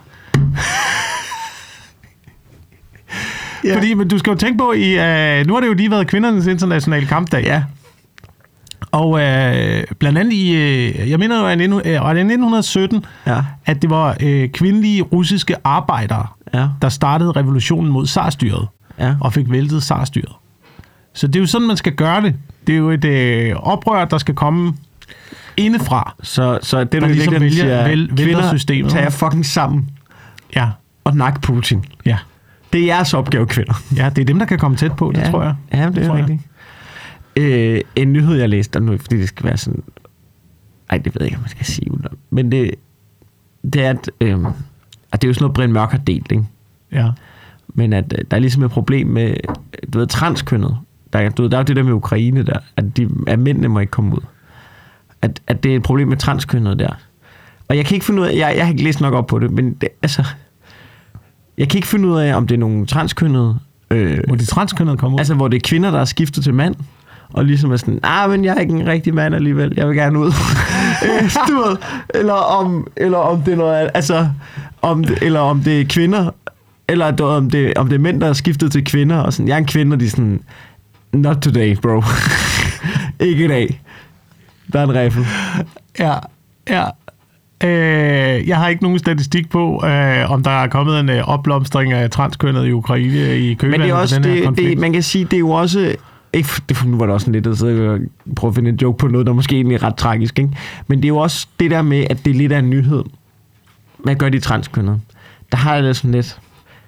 Ja. Fordi men du skal jo tænke på, i, øh, nu har det jo lige været kvindernes internationale kampdag. Ja. Og øh, blandt andet i, øh, jeg mener jo, at i nitten sytten, ja. At det var øh, kvindelige russiske arbejdere, ja. Der startede revolutionen mod zarstyret, ja. Og fik væltet zarstyret. Så det er jo sådan, man skal gøre det. Det er jo et øh, oprør, der skal komme indefra. Så, så det, du ligesom vælger, siger, vælger kvinder systemet. Tager sammen sammen ja. Og nakke Putin. Ja. Det er jeres opgave, kvinder. Ja, det er dem, der kan komme tæt på, det ja. tror jeg. Ja, det, det er rigtigt. Øh, en nyhed, jeg læste der nu, fordi det skal være sådan... Ej, det ved jeg ikke, om man skal sige. Men det, det er, at, øh, at det er jo sådan noget, Brian Mørk har delt, ikke? Ja. Men at der er ligesom et problem med, du ved, transkønnet. Der, du ved, der er jo det der med Ukraine der, at, de, at mændene må ikke komme ud. At, at det er et problem med transkønnet der. Og jeg kan ikke finde ud af... Jeg, jeg har ikke læst nok op på det, men det, altså... Jeg kan ikke finde ud af, om det er nogle transkønnede... Øh, hvor de transkønnede kommer ud? Altså, hvor det er kvinder, der er skiftet til mand, og ligesom er sådan, ah, men jeg er ikke en rigtig mand alligevel, jeg vil gerne ud. Du ved, eller om, eller om det er noget, altså, om det, eller om det er kvinder, eller om det, om det er mænd, der er skiftet til kvinder, og sådan, jeg er en kvinde, og de er sådan, not today, bro. Ikke i dag. Der er en riffel. Ja, ja. Øh, jeg har ikke nogen statistik på, øh, om der er kommet en øh, opblomstring af transkønnet i Ukraine i kølvandet. Men det er også, den her det, konflikt. det, man kan sige, det er jo også... Ikke, det, nu var det også sådan lidt at sidde og prøve at finde en joke på noget, der måske egentlig er ret tragisk, ikke? Men det er jo også det der med, at det er lidt af en nyhed. Hvad gør de transkønnede? Der har jeg det sådan lidt...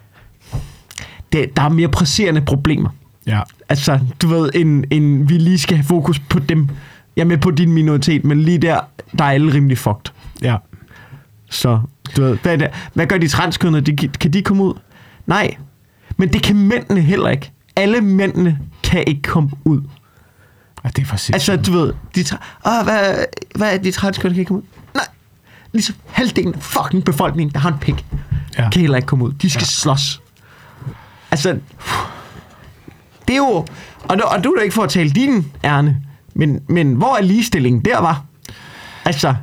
Det, der er mere presserende problemer. Ja. Altså, du ved, en, en, vi lige skal have fokus på dem. Jeg er med på din minoritet, men lige der, der er alle rimelig fucked. Ja. Så, du ved, hvad, er det? Hvad gør de transkønnede? De, kan de komme ud? Nej. Men det kan mændene heller ikke. Alle mændene kan ikke komme ud. Ja, det er for sindssygt. Altså, du ved, de tra- Åh, hvad, hvad er de transkønnede kan ikke komme ud? Nej. Ligesom halvdelen af fucking befolkningen, der har en pik, ja. kan heller ikke komme ud. De skal ja. slås. Altså, det er jo... Og du, og du er da ikke for at tale din ærne, men, men hvor er ligestillingen der var? Altså...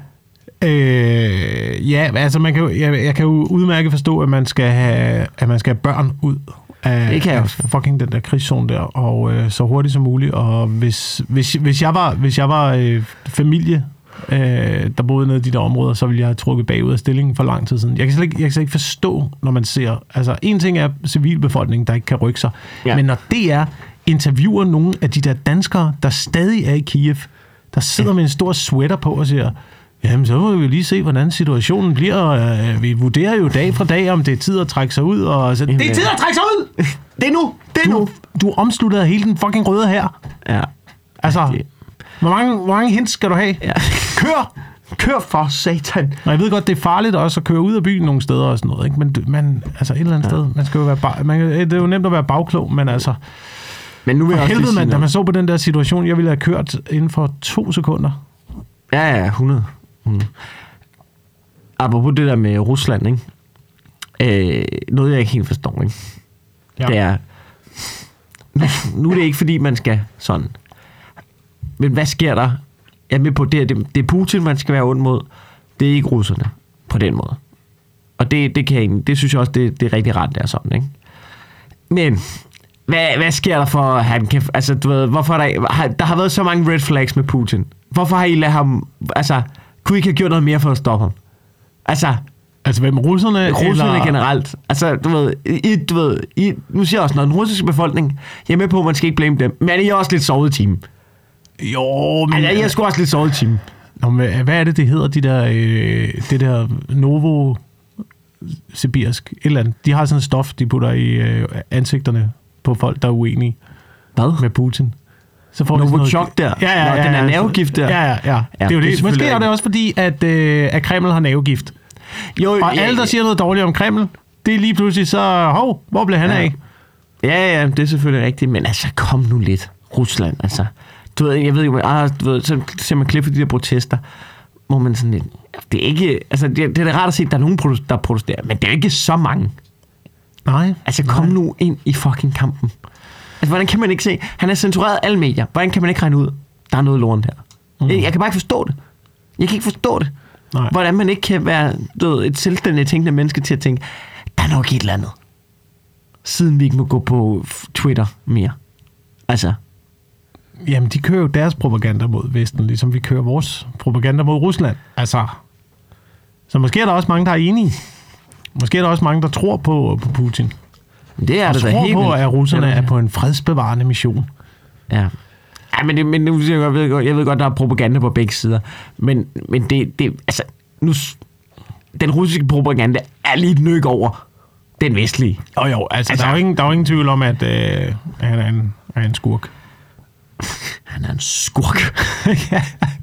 Øh, ja, altså man kan jo, jeg, jeg kan jo udmærket forstå, at man skal have, at man skal have børn ud af, det kan jeg af fucking den der krigszone der, og øh, så hurtigt som muligt. Og hvis, hvis, hvis jeg var, hvis jeg var øh, familie, øh, der boede nede i de der områder, så ville jeg have trukket bagud af stillingen for lang tid siden. Jeg kan slet ikke, jeg kan slet ikke forstå, når man ser... Altså, en ting er civilbefolkningen, der ikke kan rykke sig, ja. men når det er interviewer nogle af de der danskere, der stadig er i Kiev, der sidder ja. med en stor sweater på og siger... Jamen, så må vi jo lige se, hvordan situationen bliver. Og, øh, vi vurderer jo dag fra dag, om det er tid at trække sig ud. Og så, det er tid at trække sig ud! Det er nu! Det er du, nu! Du er omsluttet af hele den fucking røde her. Ja. Altså, hvor mange, hvor mange hints skal du have? Ja. Kør! Kør for satan! Og jeg ved godt, det er farligt også at køre ud af byen nogle steder og sådan noget, ikke? Men man, altså et eller andet ja. sted, man skal jo være bag, man, det er jo nemt at være bagklog, men altså... Men nu vil jeg helvede, man, da man så på den der situation, jeg ville have kørt inden for to sekunder. Ja, ja, hundrede. Mm. Apropos det der med Rusland, ikke? Øh, noget jeg ikke helt forstår, ikke? Ja. Det er nu, nu er det ikke fordi man skal sådan, men hvad sker der? Jeg er med på det, det, det er Putin man skal være ond mod. Det er ikke russerne på den måde. Og det, det kan jeg, det synes jeg også det, det er rigtig ret der sådan, ikke? Men hvad, hvad sker der for at han kan, altså du ved, hvorfor der har, der har været så mange red flags med Putin? Hvorfor har I ladet ham, altså kunne I ikke have gjort noget mere for at stoppe ham? Altså... Altså hvem? Russerne? Russerne eller... generelt. Altså, du ved, I, du ved I, nu siger jeg også noget, den russiske befolkning, jeg er med på, at man skal ikke blame dem, men I er også lidt sovet i timen. Jo, men... Altså, jeg er sgu også lidt sovet i timen. Nå, men hvad er det, det hedder, de der, øh, det der Novosibirsk, et eller andet. De har sådan et stof, de putter i øh, ansigterne på folk, der er uenige. Hvad? Med Putin. Så får Novichok der? Ja, ja, ja. Nå, den er nervegift der? Ja, ja, ja. ja det er jo det. det. Måske er det også fordi, at, øh, at Kreml har nervegift. Jo, og ja, alle, der siger noget dårligt om Kreml, det er lige pludselig så, hov, hvor blev han ja. af? Ja, ja, det er selvfølgelig rigtigt, men altså, kom nu lidt. Rusland, altså. Du ved, jeg ved ikke, ah, du ved, så ser man klip for de der protester, hvor man sådan lidt, det er ikke, altså, det, det er da rart at se, at der er nogen, der protesterer, men det er ikke så mange. Nej. Altså, kom nej. nu ind i fucking kampen. Altså, hvordan kan man ikke se? Han har censureret alle medier. Hvordan kan man ikke regne ud, der er noget lort her? Mm. Jeg, jeg kan bare ikke forstå det. Jeg kan ikke forstå det. Nej. Hvordan man ikke kan være du ved, et selvstændigt tænkende menneske til at tænke, der er nok et eller andet. Siden vi ikke må gå på Twitter mere. Altså. Jamen, de kører jo deres propaganda mod Vesten, ligesom vi kører vores propaganda mod Rusland. Altså. Så måske er der også mange, der er enige. Måske er der også mange, der tror på, på Putin. Det er og det da tror helt på, at russerne ja, er på en fredsbevarende mission. Ja. Ja, men, det, men nu, jeg, ved godt, jeg ved godt, der er propaganda på begge sider. Men, men det, det, altså, nu, den russiske propaganda er lige et nøk over den vestlige. Jo, jo, altså, altså der, er jo ingen, der er jo ingen tvivl om, at øh, han er en, er en skurk. Han er en skurk. Ja.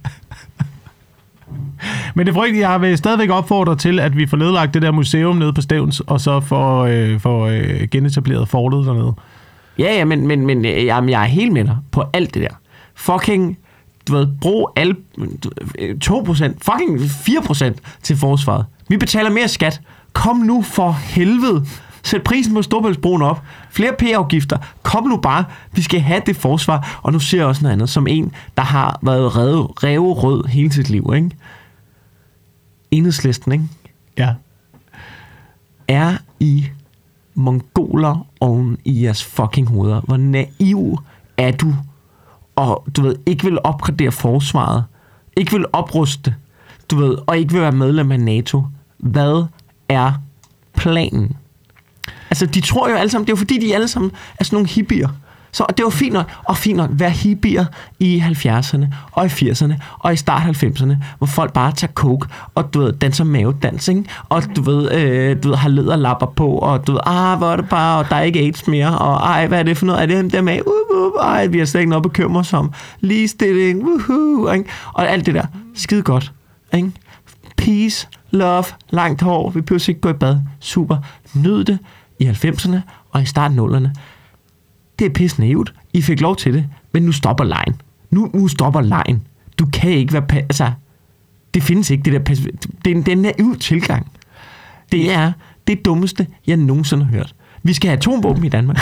Men det frygtelige, jeg vil stadigvæk opfordre til, at vi får nedlagt det der museum nede på Stevns, og så får, øh, får øh, genetableret fortet dernede. Ja, ja, men, men, men jamen, jeg er helt med dig på alt det der. Fucking, du ved, brug alle to procent, fucking fire procent til forsvaret. Vi betaler mere skat. Kom nu for helvede. Sæt prisen på Storebæltsbroen op. Flere p-afgifter. Kom nu bare. Vi skal have det forsvar. Og nu ser jeg også noget andet. Som en, der har været revet, revet rød hele sit liv, ikke? Enhedslisten, ikke? Ja. Er I mongoler oven i jeres fucking hoveder? Hvor naiv er du? Og du ved, ikke vil opgradere forsvaret. Ikke vil opruste. du ved, og ikke vil være medlem af NATO. Hvad er planen? Altså, de tror jo alle sammen, det er jo fordi, de alle sammen er sådan nogle hippier. Så det var fint nok, og fint nok, være hippier i halvfjerdserne, og i firserne, og i start halvfemserne, hvor folk bare tager coke, og du ved, danser mavedans, ikke? Og du ved, øh, du ved, har læderlapper på, og du ved, ah, hvor er det bare, og der er ikke AIDS mere, og ej, hvad er det for noget? Er det der med, uh, uh, ej, vi har slet ikke noget at bekymre os om. Ligestilling, woohoo, ikke? Og alt det der, skide godt, ikke? Peace, love, langt hår, vi behøver ikke gå i bad, super, nyd det i halvfemserne, og i start nullerne. Det er pisse naivt. I fik lov til det, men nu stopper lejen. Nu, nu stopper lejen. Du kan ikke være... Pa- altså, det findes ikke, det der... Pas- det er en, det er en naiv tilgang. Det er det dummeste, jeg nogensinde har hørt. Vi skal have atomvåben i Danmark.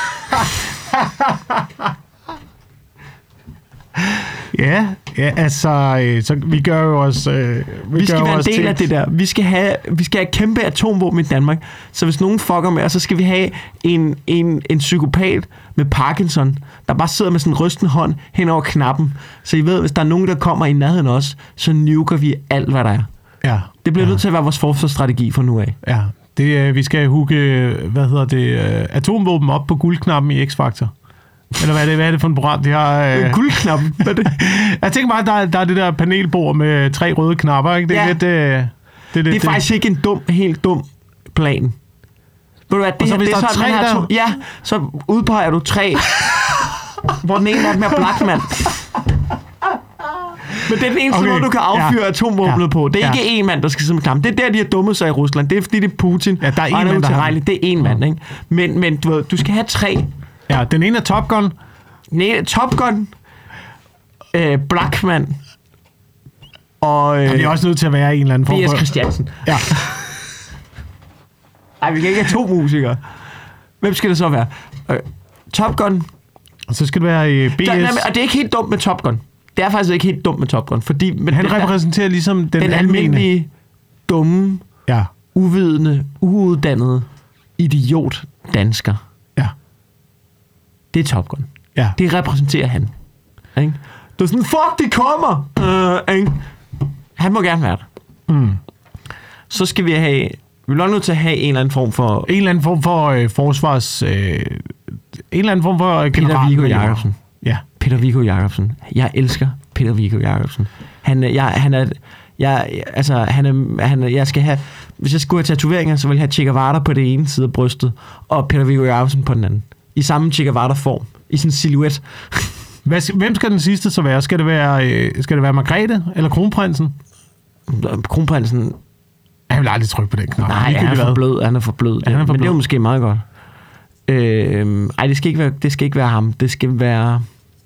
Ja, ja, altså, øh, så vi gør jo også... Øh, vi, vi skal være en del til... af det der. Vi skal, have, vi skal have kæmpe atomvåben i Danmark. Så hvis nogen fucker med os, så skal vi have en, en, en psykopat med Parkinson, der bare sidder med sådan en rystende hånd hen over knappen. Så I ved, hvis der er nogen, der kommer i nærheden af os, så nuker vi alt, hvad der er. Ja. Det bliver ja. nødt til at være vores forsvarsstrategi fra nu af. Ja, det, øh, vi skal hugge, hvad hedder det, øh, atomvåben op på guldknappen i X-Factor. Eller hvad er det, hvad er det for et program, de har? Øh... Guldknappen? Hvad er det? Jeg tænker bare, der er, der er det der panelbord med tre røde knapper, ikke? Det er, ja. lidt, øh, det, er, det, det er det. faktisk ikke en dum, helt dum plan. Ved du hvad, det, så, her, det er sådan, tre, man har to, ja, så udpeger du tre, hvor den ene af dem er Blackman. Men det er den eneste okay. måde, du kan affyre ja. atomvåbnet ja. på. Det er ja. ikke én mand, der skal sidde med knappen. Det er der, de har dummet sig i Rusland. Det er fordi, det er Putin. Ja, der er en mand, der har det. Det er én mand, ikke? Men, men du, ved, du skal have tre. Ja, den ene er Top Gun. Den ene er Top Gun. Øh, Blackman. Og... Øh, det er også nødt til at være en eller anden form for... B S Christiansen. Ja. Ej, vi kan ikke have to musikere. Hvem skal det så være? Øh, Top Gun. Og så skal det være øh, B S... Der, nej, og det er ikke helt dumt med Top Gun. Det er faktisk ikke helt dumt med Top Gun, fordi... Men han den repræsenterer der, ligesom den, den almindelige, dumme, ja. uvidende, uuddannede idiot dansker. Ja. Det er Top Gun. Ja. Det repræsenterer han. Ikke? Det er sådan, fuck, de kommer! Uh, ikke? Han må gerne være der. Mm. Så skal vi have... Vi er nødt til at have en eller anden form for... En eller anden form for øh, forsvars... Øh, en eller anden form for... Øh, Peter Viggo Jacobsen. Ja. Peter Viggo Jacobsen. Jeg elsker Peter Viggo Jacobsen. Han, jeg, han er... Jeg, altså, han er, han er, jeg skal have... Hvis jeg skulle have tatoveringer, så ville jeg have Che Guevara på det ene side af brystet, og Peter Viggo Jacobsen på den anden. I samme Che Guevara-form. I sådan en silhuet. Hvad, hvem skal den sidste så være? Skal det være, øh, skal det være Margrethe eller Kronprinsen? Kronprinsen... Han vil aldrig trykke på den knap. Nej, han er for blød. Han er for blød. Ja, han er for men blød. det er jo måske meget godt. Øh, ej, det skal, ikke være, det skal ikke være ham. Det skal være...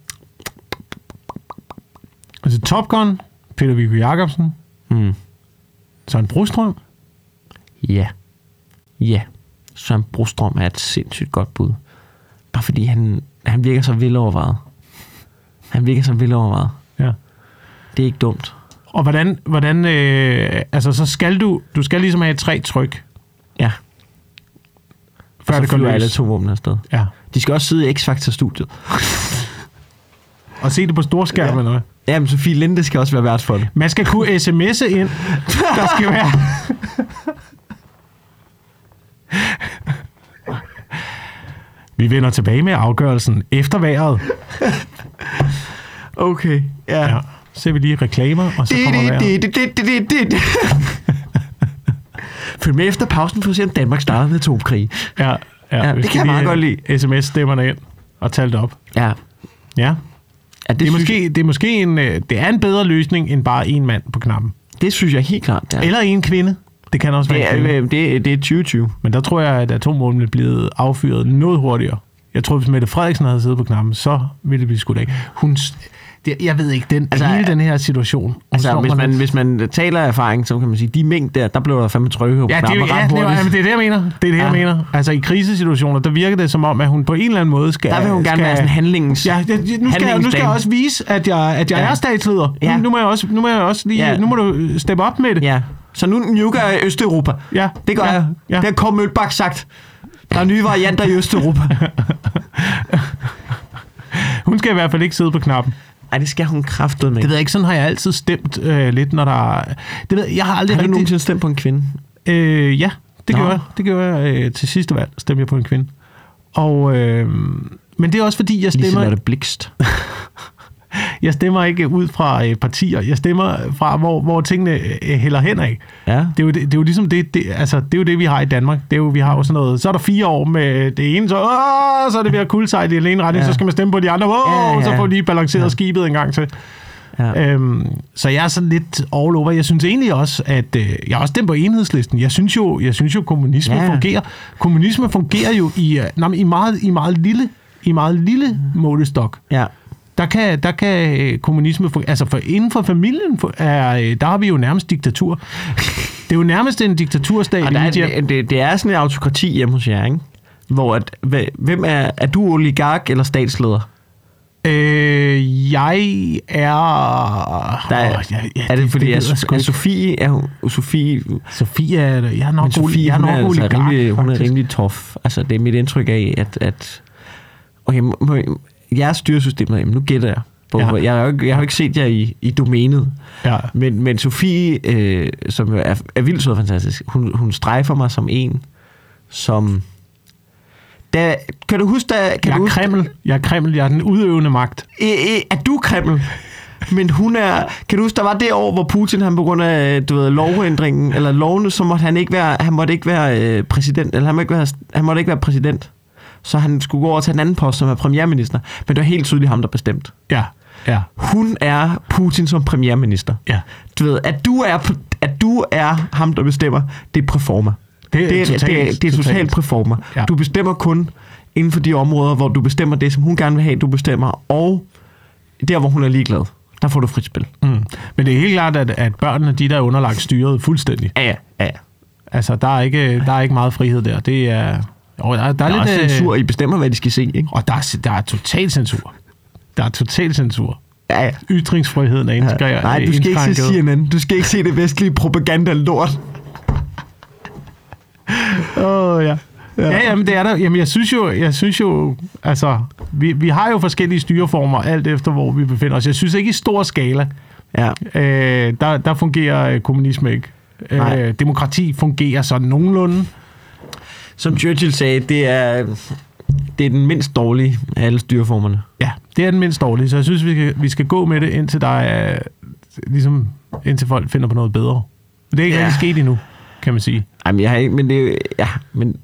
Altså Top Gun, Peter Viggo Jacobsen, mm. Søren Brostrøm. Ja. Ja. Søren Brostrøm er et sindssygt godt bud. Bare fordi han, han virker så velovervejet. Han virker så velovervejet. Ja. Det er ikke dumt. Og hvordan, hvordan øh, altså så skal du, du skal ligesom have et tre tryk. Ja. Før og det så går løs. alle to våben afsted. Ja. De skal også sidde i X-Factor-studiet. Og se det på storskærm, ja. eller hvad? Ja, men Sofie Linde skal også være vært for det. Man skal kunne sms'e ind. Der skal være... Vi vender tilbage med afgørelsen efter vejret. Okay, ja. ja. Så ser vi lige reklamer, og så kommer vejret. Følg med efter pausen for at se, om Danmark starter med atomkrig. Ja, ja, ja det kan jeg meget godt lide. sms-stemmerne ind og tale det op. Ja. Ja. Ja, det, det, er måske, det er måske en, det er en bedre løsning end bare en mand på knappen. Det synes jeg helt klart. Ja. Eller en kvinde. Det kan også det være er, en kvinde. Det, det er tyve tyve. Men der tror jeg, at atomvåben er blevet affyret noget hurtigere. Jeg tror, hvis Mette Frederiksen havde siddet på knappen, så ville det blive skudt af. Hun, det, jeg ved ikke, den, altså, hele den her situation. Altså, hvis man, hvis man taler af erfaring, så kan man sige, de mængder der, der blev der fandme trykket på ja, knapper det, ret ja, hurtigt. Ja, det er det, jeg mener. Det er det, ja. jeg mener. Altså, i krisesituationer, der virker det som om, at hun på en eller anden måde skal... Der vil hun gerne skal, være sådan handlingens... Ja, det, nu, skal jeg, nu skal jeg også vise, at jeg, at jeg ja. er statsleder. Ja. Nu, nu, må jeg også, nu må jeg også lige... Ja. Nu må du steppe op med det. Ja. Så nu nuker jeg Østeuropa. Ja. Det gør ja. jeg. Ja. Det har Kåre Mølbak sagt. Der er nye varianter i Østeuropa. Hun skal i hvert fald ikke sidde på knappen. Ej, det skal hun kraftedeme med. Det ved jeg ikke, sådan har jeg altid stemt øh, lidt, når der... Det ved jeg, jeg har aldrig har du rigtig... nogensinde stemt på en kvinde? Øh, ja, det Nå. gjorde jeg. Det gjorde jeg øh, til sidste valg, stemte jeg på en kvinde. Og... Øh, men det er også fordi, jeg stemmer... Liselotte Blixt. Jeg stemmer ikke ud fra øh, partier. Jeg stemmer fra, hvor, hvor tingene øh, hælder hen af. Ja. Det er jo, det, det er jo ligesom det, det, altså, det er jo det, vi har i Danmark. Det er jo, vi har jo sådan noget, så er der fire år med det ene, så, åh, så er det ved at kuldsejt i den ene retning, ja. Så skal man stemme på de andre, åh, ja, ja. Så får lige balanceret ja. skibet en gang til. Ja. Øhm, så jeg er sådan lidt all over. Jeg synes egentlig også, at øh, jeg har også stemt på Enhedslisten. Jeg synes jo, jeg synes jo kommunisme ja. fungerer. Kommunisme fungerer jo i, øh, nej, i, meget, i meget lille, i meget lille målestok. Ja. Der kan, der kan kommunisme... Altså, for inden for familien, er, der har vi jo nærmest diktatur. Det er jo nærmest en diktaturstat. Og der er, det, det, det er sådan en autokrati hjemme hos jer, ikke? Hvor at, hvem er... Er du oligark eller statsleder? Øh, jeg er... Der er, oh, ja, ja, er det, det fordi, det, er, er Sofie... Er hun, Sofie... Sofie er... Jeg er nok, Sofie, jeg er nok hun er oligark, altså rimelig, hun er faktisk. rimelig tof. Altså, det er mit indtryk af, at... at okay, må, må, jeres styresystem derhjemme, nu gætter jeg. På, ja. jeg, har jo ikke, jeg har jo ikke set jer i, i domænet. Ja. Men, men Sofie, øh, som jo er, er vildt så fantastisk, hun, hun strejfer mig som en, som... Da, kan du huske, da... Kan jeg du er huske, Kreml. Jeg er Kreml. Jeg er den udøvende magt. Øh, øh, er du Kreml? Men hun er... Kan du huske, der var det år, hvor Putin, han på grund af, du ved, lovændringen, eller lovene, så måtte han ikke være, han måtte ikke være øh, præsident, eller han måtte ikke være, han måtte ikke være præsident. Så han skulle gå over til en anden post, som er premierminister. Men det var helt tydeligt ham, der bestemt. Ja, ja. Hun er Putin som premierminister. Ja. Du ved, at du er, at du er ham, der bestemmer, det er præforma. Det er, det er, totalt, det er, det er totalt præforma. Ja. Du bestemmer kun inden for de områder, hvor du bestemmer det, som hun gerne vil have, du bestemmer. Og der, hvor hun er ligeglad, der får du frit spil. Mm. Men det er helt klart, at, at børnene, de der er underlagt styret fuldstændig. Ja, ja, ja. Altså, der er ikke, der er ikke meget frihed der. Det er... Og der, der, der er, er lidt lidt censur, I bestemmer, hvad de skal se, ikke? Og der er, der er total censur. Der er total censur. Ja, ja. Ytringsfriheden er indskrevet. Ja. Nej, du skal ikke se C N N. Du skal ikke se det vestlige propaganda-lort. Åh, oh, ja. Ja, ja, jamen det er der. Jamen jeg synes jo, jeg synes jo, altså, vi, vi har jo forskellige styreformer, alt efter hvor vi befinder os. Jeg synes ikke i stor skala, ja. øh, der, der fungerer kommunisme ikke. Øh, demokrati fungerer sådan nogenlunde. Som Churchill sagde, det er, det er den mindst dårlige af alle styreformerne. Ja, det er den mindst dårlige, så jeg synes, vi skal, vi skal gå med det, indtil der er, ligesom, indtil folk finder på noget bedre. Men det er ikke ja. rigtig sket endnu, kan man sige. Jamen, jeg har ikke, men det er ja, men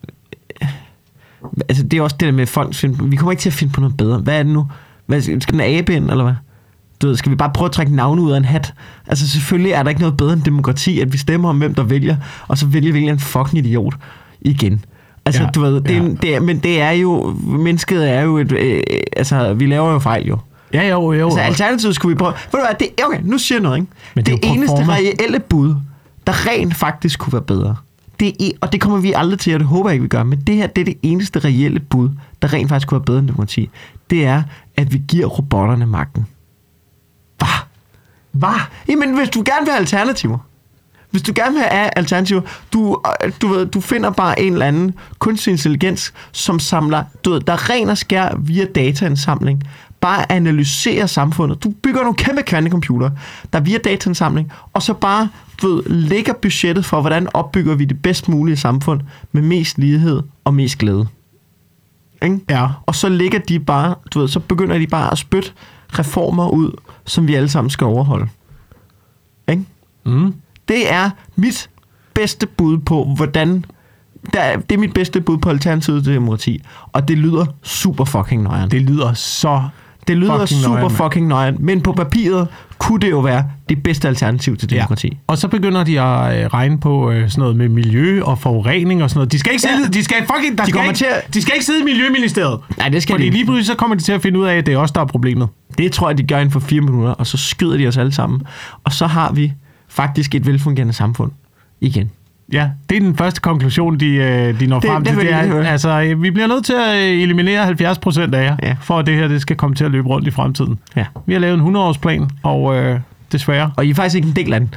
altså, det er også det der med folk, vi kommer ikke til at finde på noget bedre. Hvad er det nu? Hvad, skal den abe ind, eller hvad? Du ved, skal vi bare prøve at trække navnet ud af en hat? Altså, selvfølgelig er der ikke noget bedre end demokrati, at vi stemmer om, hvem der vælger, og så vælger vi en fucking idiot igen. Altså, ja, du ved, det, ja. det er, men det er jo, mennesket er jo et, øh, altså, vi laver jo fejl jo. Ja, jo, jo. Altså, alternativet skulle vi prøve, ved du hvad, det, okay, nu siger jeg noget, ikke? Men det, det eneste reelle bud, der rent faktisk kunne være bedre, det er, og det kommer vi aldrig til, og det håber jeg ikke, vi gør, men det her, det er det eneste reelle bud, der rent faktisk kunne være bedre end demokrati, det er, at vi giver robotterne magten. Hvad? Hvad? Jamen, hvis du gerne vil have alternativer, Hvis du gerne vil have alternativer, du, du, ved, du finder bare en eller anden kunstig intelligens, som samler, du ved, der ren og skær via dataindsamling, bare analyserer samfundet. Du bygger nogle kæmpe kvantecomputer, der via dataindsamling, og så bare, du ved, lægger budgettet for, hvordan opbygger vi det bedst mulige samfund med mest lighed og mest glæde. Ikke? Ja. Og så ligger de bare, du ved, så begynder de bare at spytte reformer ud, som vi alle sammen skal overholde. Ikke? Mm. Det er mit bedste bud på, hvordan... Der, det er mit bedste bud på alternativet til demokrati. Og det lyder super fucking nøjeren. Det lyder så Det lyder fucking super nøjeren, fucking nøjeren. Men på papiret kunne det jo være det bedste alternativ til demokrati. Ja. Og så begynder de at regne på sådan noget med miljø og forurening og sådan noget. De skal ikke sidde, ja. de skal fucking, der de, skal ikke, til at... de skal ikke sidde i Miljøministeriet. Nej, det skal Fordi de lige pludselig så kommer de til at finde ud af, at det er os, der er problemet. Det tror jeg, de gør inden for fire minutter, og så skyder de os alle sammen. Og så har vi faktisk et velfungerende samfund igen. Ja, det er den første konklusion, de, de når det, frem til. Det, det er, altså, vi bliver nødt til at eliminere halvfjerds procent af jer, ja. for at det her det skal komme til at løbe rundt i fremtiden. Ja. Vi har lavet en hundrede-årsplan, og øh, desværre... Og I er faktisk ikke en del af den.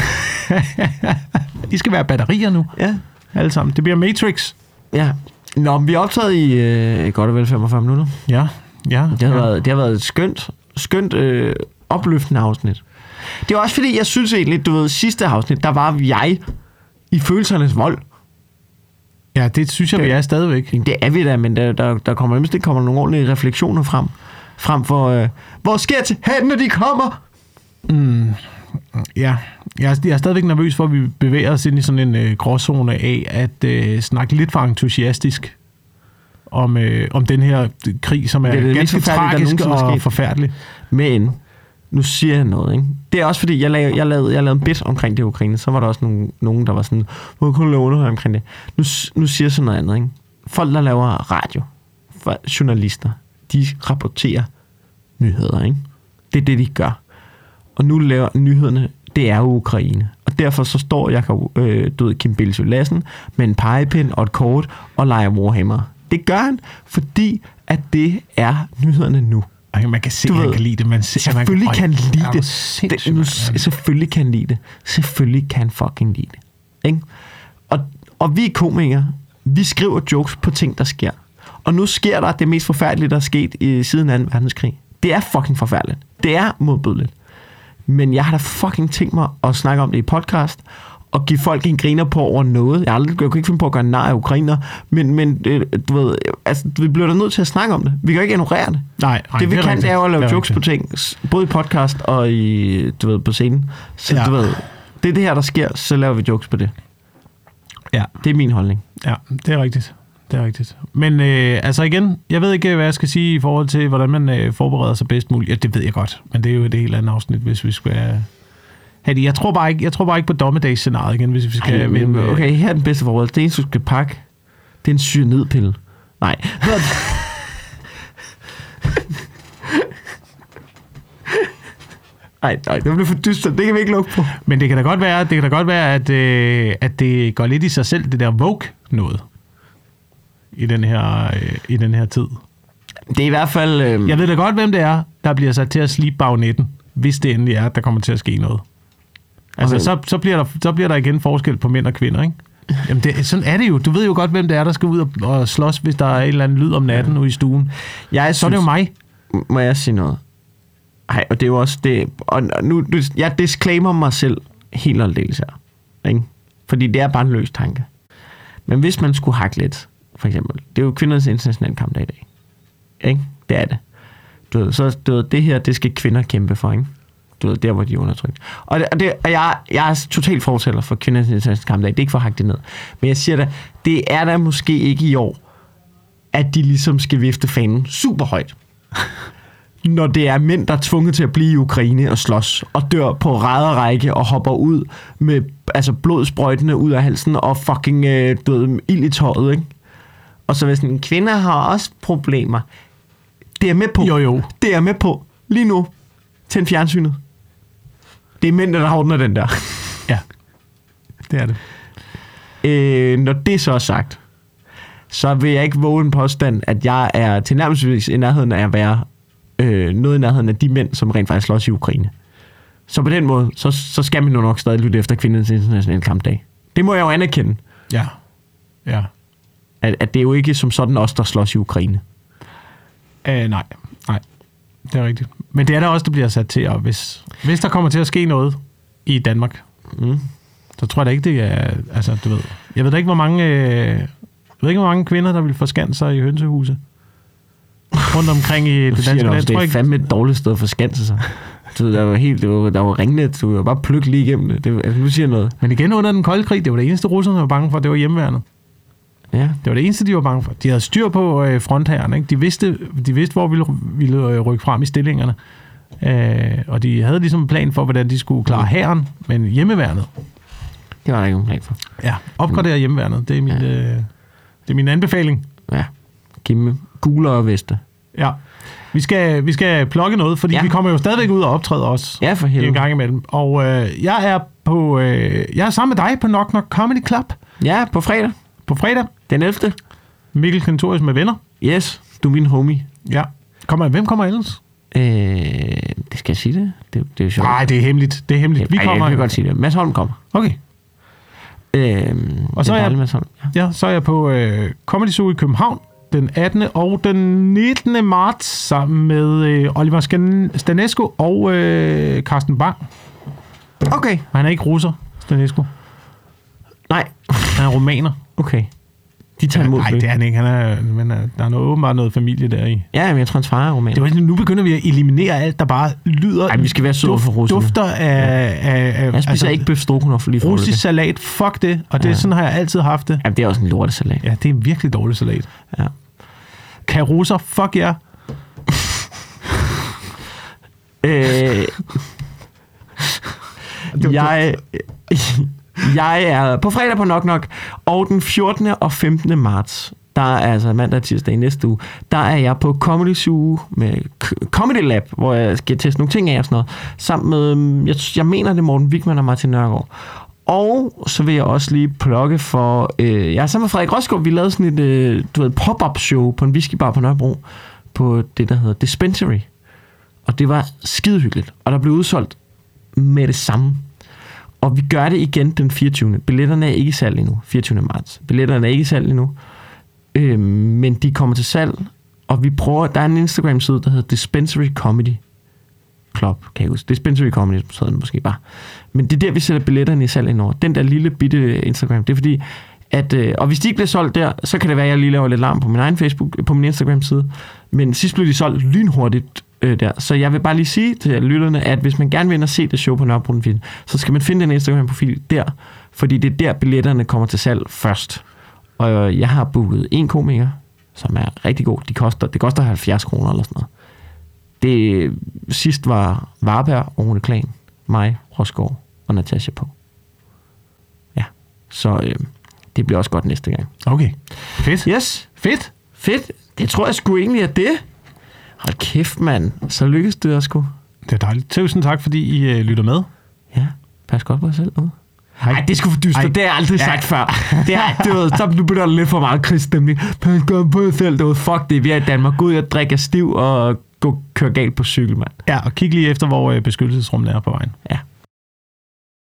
I skal være batterier nu. Ja. Alle sammen. Det bliver Matrix. Ja. Nå, vi er optaget i øh, godt og vel femogfyrre minutter. Ja, ja. Det har, ja. Været, det har været et skønt, skønt øh, opløftende afsnit. Det er også fordi, jeg synes egentlig, du ved, sidste afsnit, der var jeg i følelsernes vold. Ja, det synes jeg, det, vi er stadigvæk. Det er vi da, men der, der, der kommer nemlig det kommer nogle ordentlige refleksioner frem. Frem for, øh, hvor sker til hen, når de kommer? Mm, ja, jeg er, jeg er stadigvæk nervøs for, at vi bevæger os ind i sådan en øh, gråzone af at øh, snakke lidt for entusiastisk om, øh, om den her krig, som er det er det ganske tragisk og forfærdelig. Men nu siger jeg noget, ikke? Det er også fordi, jeg lavede, jeg lavede, jeg lavede en bit omkring det Ukraine, så var der også nogen, nogen der var sådan, hvor kunne du lave noget omkring det? Nu, nu siger jeg sådan noget andet, ikke? Folk, der laver radio, journalister, de rapporterer nyheder, ikke? Det er det, de gør. Og nu laver nyhederne, det er jo Ukraine. Og derfor så står Jakob, øh, du ved, Kim Bilsø Lassen med en pegepind og et kort og leger Warhammer. Det gør han, fordi at det er nyhederne nu. Ej, man kan se, at han kan lide det. Man ser, selvfølgelig man, kan lide er det. det nu, man. Selvfølgelig kan lide det. Selvfølgelig kan fucking lide det. Ikke? Og, og vi er komikere. Vi skriver jokes på ting, der sker. Og nu sker der det mest forfærdelige, der er sket i, siden anden verdenskrig. Det er fucking forfærdeligt. Det er modbydeligt. Men jeg har da fucking tænkt mig at snakke om det i podcast, og give folk en griner på over noget. Jeg, aldrig, jeg kan ikke finde på at gøre nar af ukrainer, men, men du ved, altså, vi bliver da nødt til at snakke om det. Vi kan jo ikke ignorere det. Nej, nej, det vi det kan, rigtigt. det er jo at lave det jokes rigtigt. på ting, både i podcast og i, du ved, på scenen. Så ja. du ved, det er det her, der sker, så laver vi jokes på det. Ja. Det er min holdning. Ja, det er rigtigt. Det er rigtigt. Men øh, altså igen, jeg ved ikke, hvad jeg skal sige i forhold til, hvordan man øh, forbereder sig bedst muligt. Ja, det ved jeg godt, men det er jo et helt andet afsnit, hvis vi skal have det. Jeg tror bare ikke, jeg tror bare ikke på dommedagsscenariet igen, hvis vi skal... Ej, men, okay, her er den bedste forberedelse. Det eneste, du skal pakke, det er en cyanidpille. Nej. Nej, nej, det bliver for dystert. Det kan vi ikke lukke på. Men det kan da godt være, det kan da godt være at, øh, at det går lidt i sig selv, det der woke noget. I den her, øh, i den her tid. Det er i hvert fald... Øh... Jeg ved da godt, hvem det er, der bliver sat til at slibe bagnetten, hvis det endelig er, at der kommer til at ske noget. Altså, okay. så, så, bliver der, så bliver der igen forskel på mænd og kvinder, ikke? Jamen, det, sådan er det jo. Du ved jo godt, hvem det er, der skal ud og, og slås, hvis der er en eller anden lyd om natten ja. ude i stuen. Jeg så synes, er det jo mig. Må jeg sige noget? Ej, og det er jo også det... Og nu, jeg disclaimer mig selv helt og aldeles her. Ikke? Fordi det er bare en løs tanke. Men hvis man skulle hakke lidt, for eksempel... Det er jo kvindernes internationale kampdag i dag. Ikke? Det er det. Du ved, så du ved, det her, det skal kvinder kæmpe for, ikke? Du ved, der hvor de er undertrykt. Og, det, og, det, og jeg, jeg er totalt fortæller for kvindernes internationale kampdag. Det er ikke for at hakke det ned. Men jeg siger da, det er da måske ikke i år, at de ligesom skal vifte fanen super højt. Når det er mænd, der er tvunget til at blive i Ukraine og slås, og dør på række og hopper ud med altså blodsprøjtende ud af halsen og fucking øh, død ild i tøjet, ikke? Og så hvis en kvinde har også problemer. Det er med på. Jo, jo. Det er med på. Lige nu. Tænd fjernsynet. Det er mændene, der ordner den der. Ja, det er det. Øh, når det så er sagt, så vil jeg ikke våge en påstand, at jeg er tilnærmelsesvis i nærheden af at være øh, noget i nærheden af de mænd, som rent faktisk slås i Ukraine. Så på den måde, så, så skal man jo nok stadig lytte efter kvindernes internationale kampdag. Det må jeg jo anerkende. Ja, ja. At, at det er jo ikke som sådan os, der slås i Ukraine. Øh, nej, nej. Det er rigtigt. Men det er der også, der bliver sat til, og hvis, hvis der kommer til at ske noget i Danmark, mm. så tror jeg da ikke, det er... Altså, du ved... Jeg ved da ikke, hvor mange... Øh, jeg ved ikke, hvor mange kvinder, der vil forskanse sig i hønsehuse. Rundt omkring i det danske land. Det er ikke... fandme et dårligt sted at forskanse sig. Du ved, der var helt... Der var, der var ringnet. Du var bare plukke lige igennem det. det altså, nu siger noget. Men igen, under den kolde krig, det var det eneste, russerne var bange for, det var hjemmeværnet. Ja. Det var det eneste, de var bange for. De havde styr på øh, fronthæren, ikke? De vidste, de vidste, hvor ville, ville øh, rykke frem i stillingerne. Øh, og de havde ligesom en plan for, hvordan de skulle klare hæren, men hjemmeværnet. Det var der ikke en plan for. Ja, opgradere mm. hjemmeværnet. Det er min, ja. øh, det er min anbefaling. Ja, giv dem guler og veste. Ja. Vi skal, vi skal plukke noget, fordi ja. vi kommer jo stadigvæk ud og optræde også. Ja, for helvede. En gang imellem. Og øh, jeg er på, øh, jeg er sammen med dig på Knock Knock Comedy Club. Ja, på fredag. På fredag. Den ellevte Mikkel Klintorius med venner. Yes, du er min homie. Ja. Kommer, hvem kommer ellers? Øh, det skal jeg sige det. Det, det er jo sjovt. Nej, det er hemmeligt. Det er hemmeligt. Vi Ej, kommer. Jeg kan godt sige det. Mads Holm kommer. Okay. Øh, og så er, jeg, Mads Holm. Ja. Ja, så er jeg på øh, Comedy Zoo i København den attende og den nittende marts sammen med øh, Oliver Stanescu og øh, Carsten Bang. Okay. Han er ikke russer, Stanescu. Nej. Han er romaner. Okay. De tager imod. Nej, det er han ikke. Han er, men der er noget, åbenbart noget familie der i. Ja, men jeg tror, hans far er romaner. Det var, nu begynder vi at eliminere alt, der bare lyder... Ej, vi skal være søde for russerne. Dufter af... Ja. af, af jeg spiser altså, ikke bøf stroganoff lige for russisk salat, fuck det. Og det, ja. Sådan har jeg altid haft det. Ja, det er også en lortesalat. Ja, det er en virkelig dårlig salat. Ja. Kan russer, fuck jer. øh, jeg... Jeg er på fredag på Nok Nok, og den fjortende og femtende marts, der er altså mandag og tirsdag i næste uge, der er jeg på Comedy Zoo med Comedy Lab, hvor jeg skal teste nogle ting af og sådan noget, sammen med, jeg, jeg mener det er Morten Wigman og Martin Nørgaard. Og så vil jeg også lige plukke for, øh, jeg er sammen med Frederik Rosgaard, vi lavede sådan et øh, du ved, pop-up show på en whiskybar på Nørrebro, på det, der hedder Dispensary. Og det var skidehyggeligt, og der blev udsolgt med det samme. Og vi gør det igen den fireogtyvende Billetterne er ikke i salg endnu. fireogtyvende marts Billetterne er ikke i salg endnu. Øhm, men de kommer til salg. Og vi prøver... Der er en Instagram-side, der hedder Dispensary Comedy Club. Kan jeg huske. Dispensary Comedy, så hedder den måske bare. Men det er der, vi sætter billetterne i salg endnu. Den der lille bitte Instagram. Det er fordi... At, øh, og hvis de ikke bliver solgt der, så kan det være, at jeg lige laver lidt larm på min egen Facebook, på min Instagram-side. Men sidst blev de solgt lynhurtigt øh, der. Så jeg vil bare lige sige til lytterne, at hvis man gerne vil ind og se det show på Nørrebro den fjerde, så skal man finde den Instagram-profil der, fordi det er der, billetterne kommer til salg først. Og øh, jeg har booket en komiker, som er rigtig god. De koster, det koster halvfjerds kroner eller sådan noget. Det sidst var Varberg, Rune Klan, mig, Rosgaard og Natasha på. Ja, så... Øh, det bliver også godt næste gang. Okay. Fedt. Yes. Fedt. Fedt. Det tror jeg sgu egentlig er det. Hold kæft, mand. Så lykkes det også sgu. Det er dejligt. Tusind tak, fordi I uh, lytter med. Ja. Pas godt på jer selv. Nej, det er sgu for dystert. Det har jeg aldrig ja. sagt før. Det er, det var, så nu begynder der lidt for meget krigsstemning. Pas godt på jer selv. Det var, fuck det. Vi er i Danmark. Gå ud og drikke stiv og gå køre galt på cykel, mand. Ja, og kig lige efter, hvor uh, beskyttelsesrummet er på vejen. Ja.